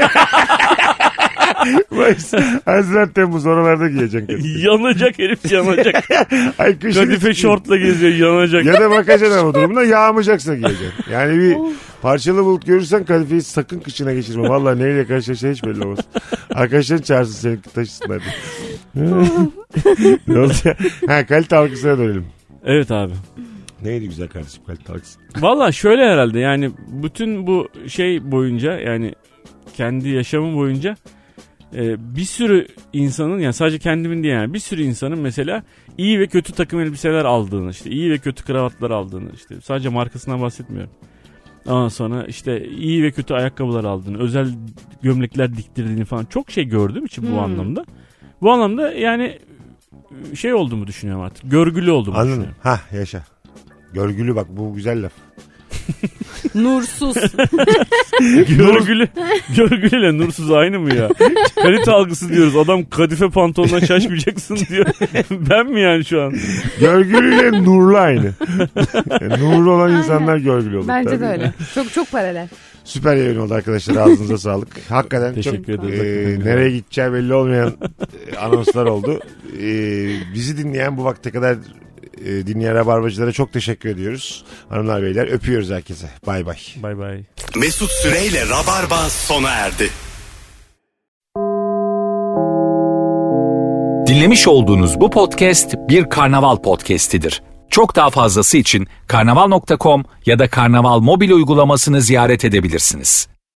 Mayıs, Haziran, Temmuz oralarda giyeceksin kadifeyi. Yanacak herif, yanacak. Ay kışın Kadife şortla geziyor, yanacak. ya da bakacaksın ama durumuna yağmayacaksa giyeceksin. Yani bir parçalı bulut görürsen kadifeyi sakın kışına geçirme. Vallahi neyle karşılaşacağın hiç belli olmaz. Arkadaşların çağırsın seni taşısınlar diye. Ne oldu ya? Ha, kalite algısına dönelim. Evet abi. Neydi güzel kardeşim kalite algısı? Valla şöyle herhalde, yani bütün bu şey boyunca, yani kendi yaşamım boyunca e, bir sürü insanın, yani sadece kendimin değil, yani bir sürü insanın mesela iyi ve kötü takım elbiseler aldığını, işte iyi ve kötü kravatlar aldığını, işte sadece markasından bahsetmiyorum. Ondan sonra işte iyi ve kötü ayakkabılar aldığını, özel gömlekler diktirdiğini falan çok şey gördüğüm için bu Hmm. anlamda. Bu anlamda yani şey olduğumu düşünüyorum artık. Görgülü olduğumu Anladın mı? düşünüyorum. Hah yaşa. Görgülü bak bu güzel laf. Nursuz. Görgülü, görgülüyle nursuz aynı mı ya? Kalite algısı diyoruz. Adam kadife pantolondan şaşmayacaksın diyor. Ben mi yani şu an? Görgülüyle nurlu aynı. Yani nurlu olan insanlar görgülü olur. Bence tabii. de öyle. Çok çok paralel. Süper yayın oldu arkadaşlar. Ağzınıza sağlık. Hakikaten Teşekkür çok ederiz. e, nereye gideceği belli olmayan e, anonslar oldu. E, bizi dinleyen bu vakte kadar e, dinleyen rabarbacılara çok teşekkür ediyoruz. Hanımlar beyler öpüyoruz herkese. Bay bay. Bay bay. Mesut Süreyle Rabarba sona erdi. Dinlemiş olduğunuz bu podcast bir karnaval podcastidir. Çok daha fazlası için karnaval nokta com ya da karnaval mobil uygulamasını ziyaret edebilirsiniz.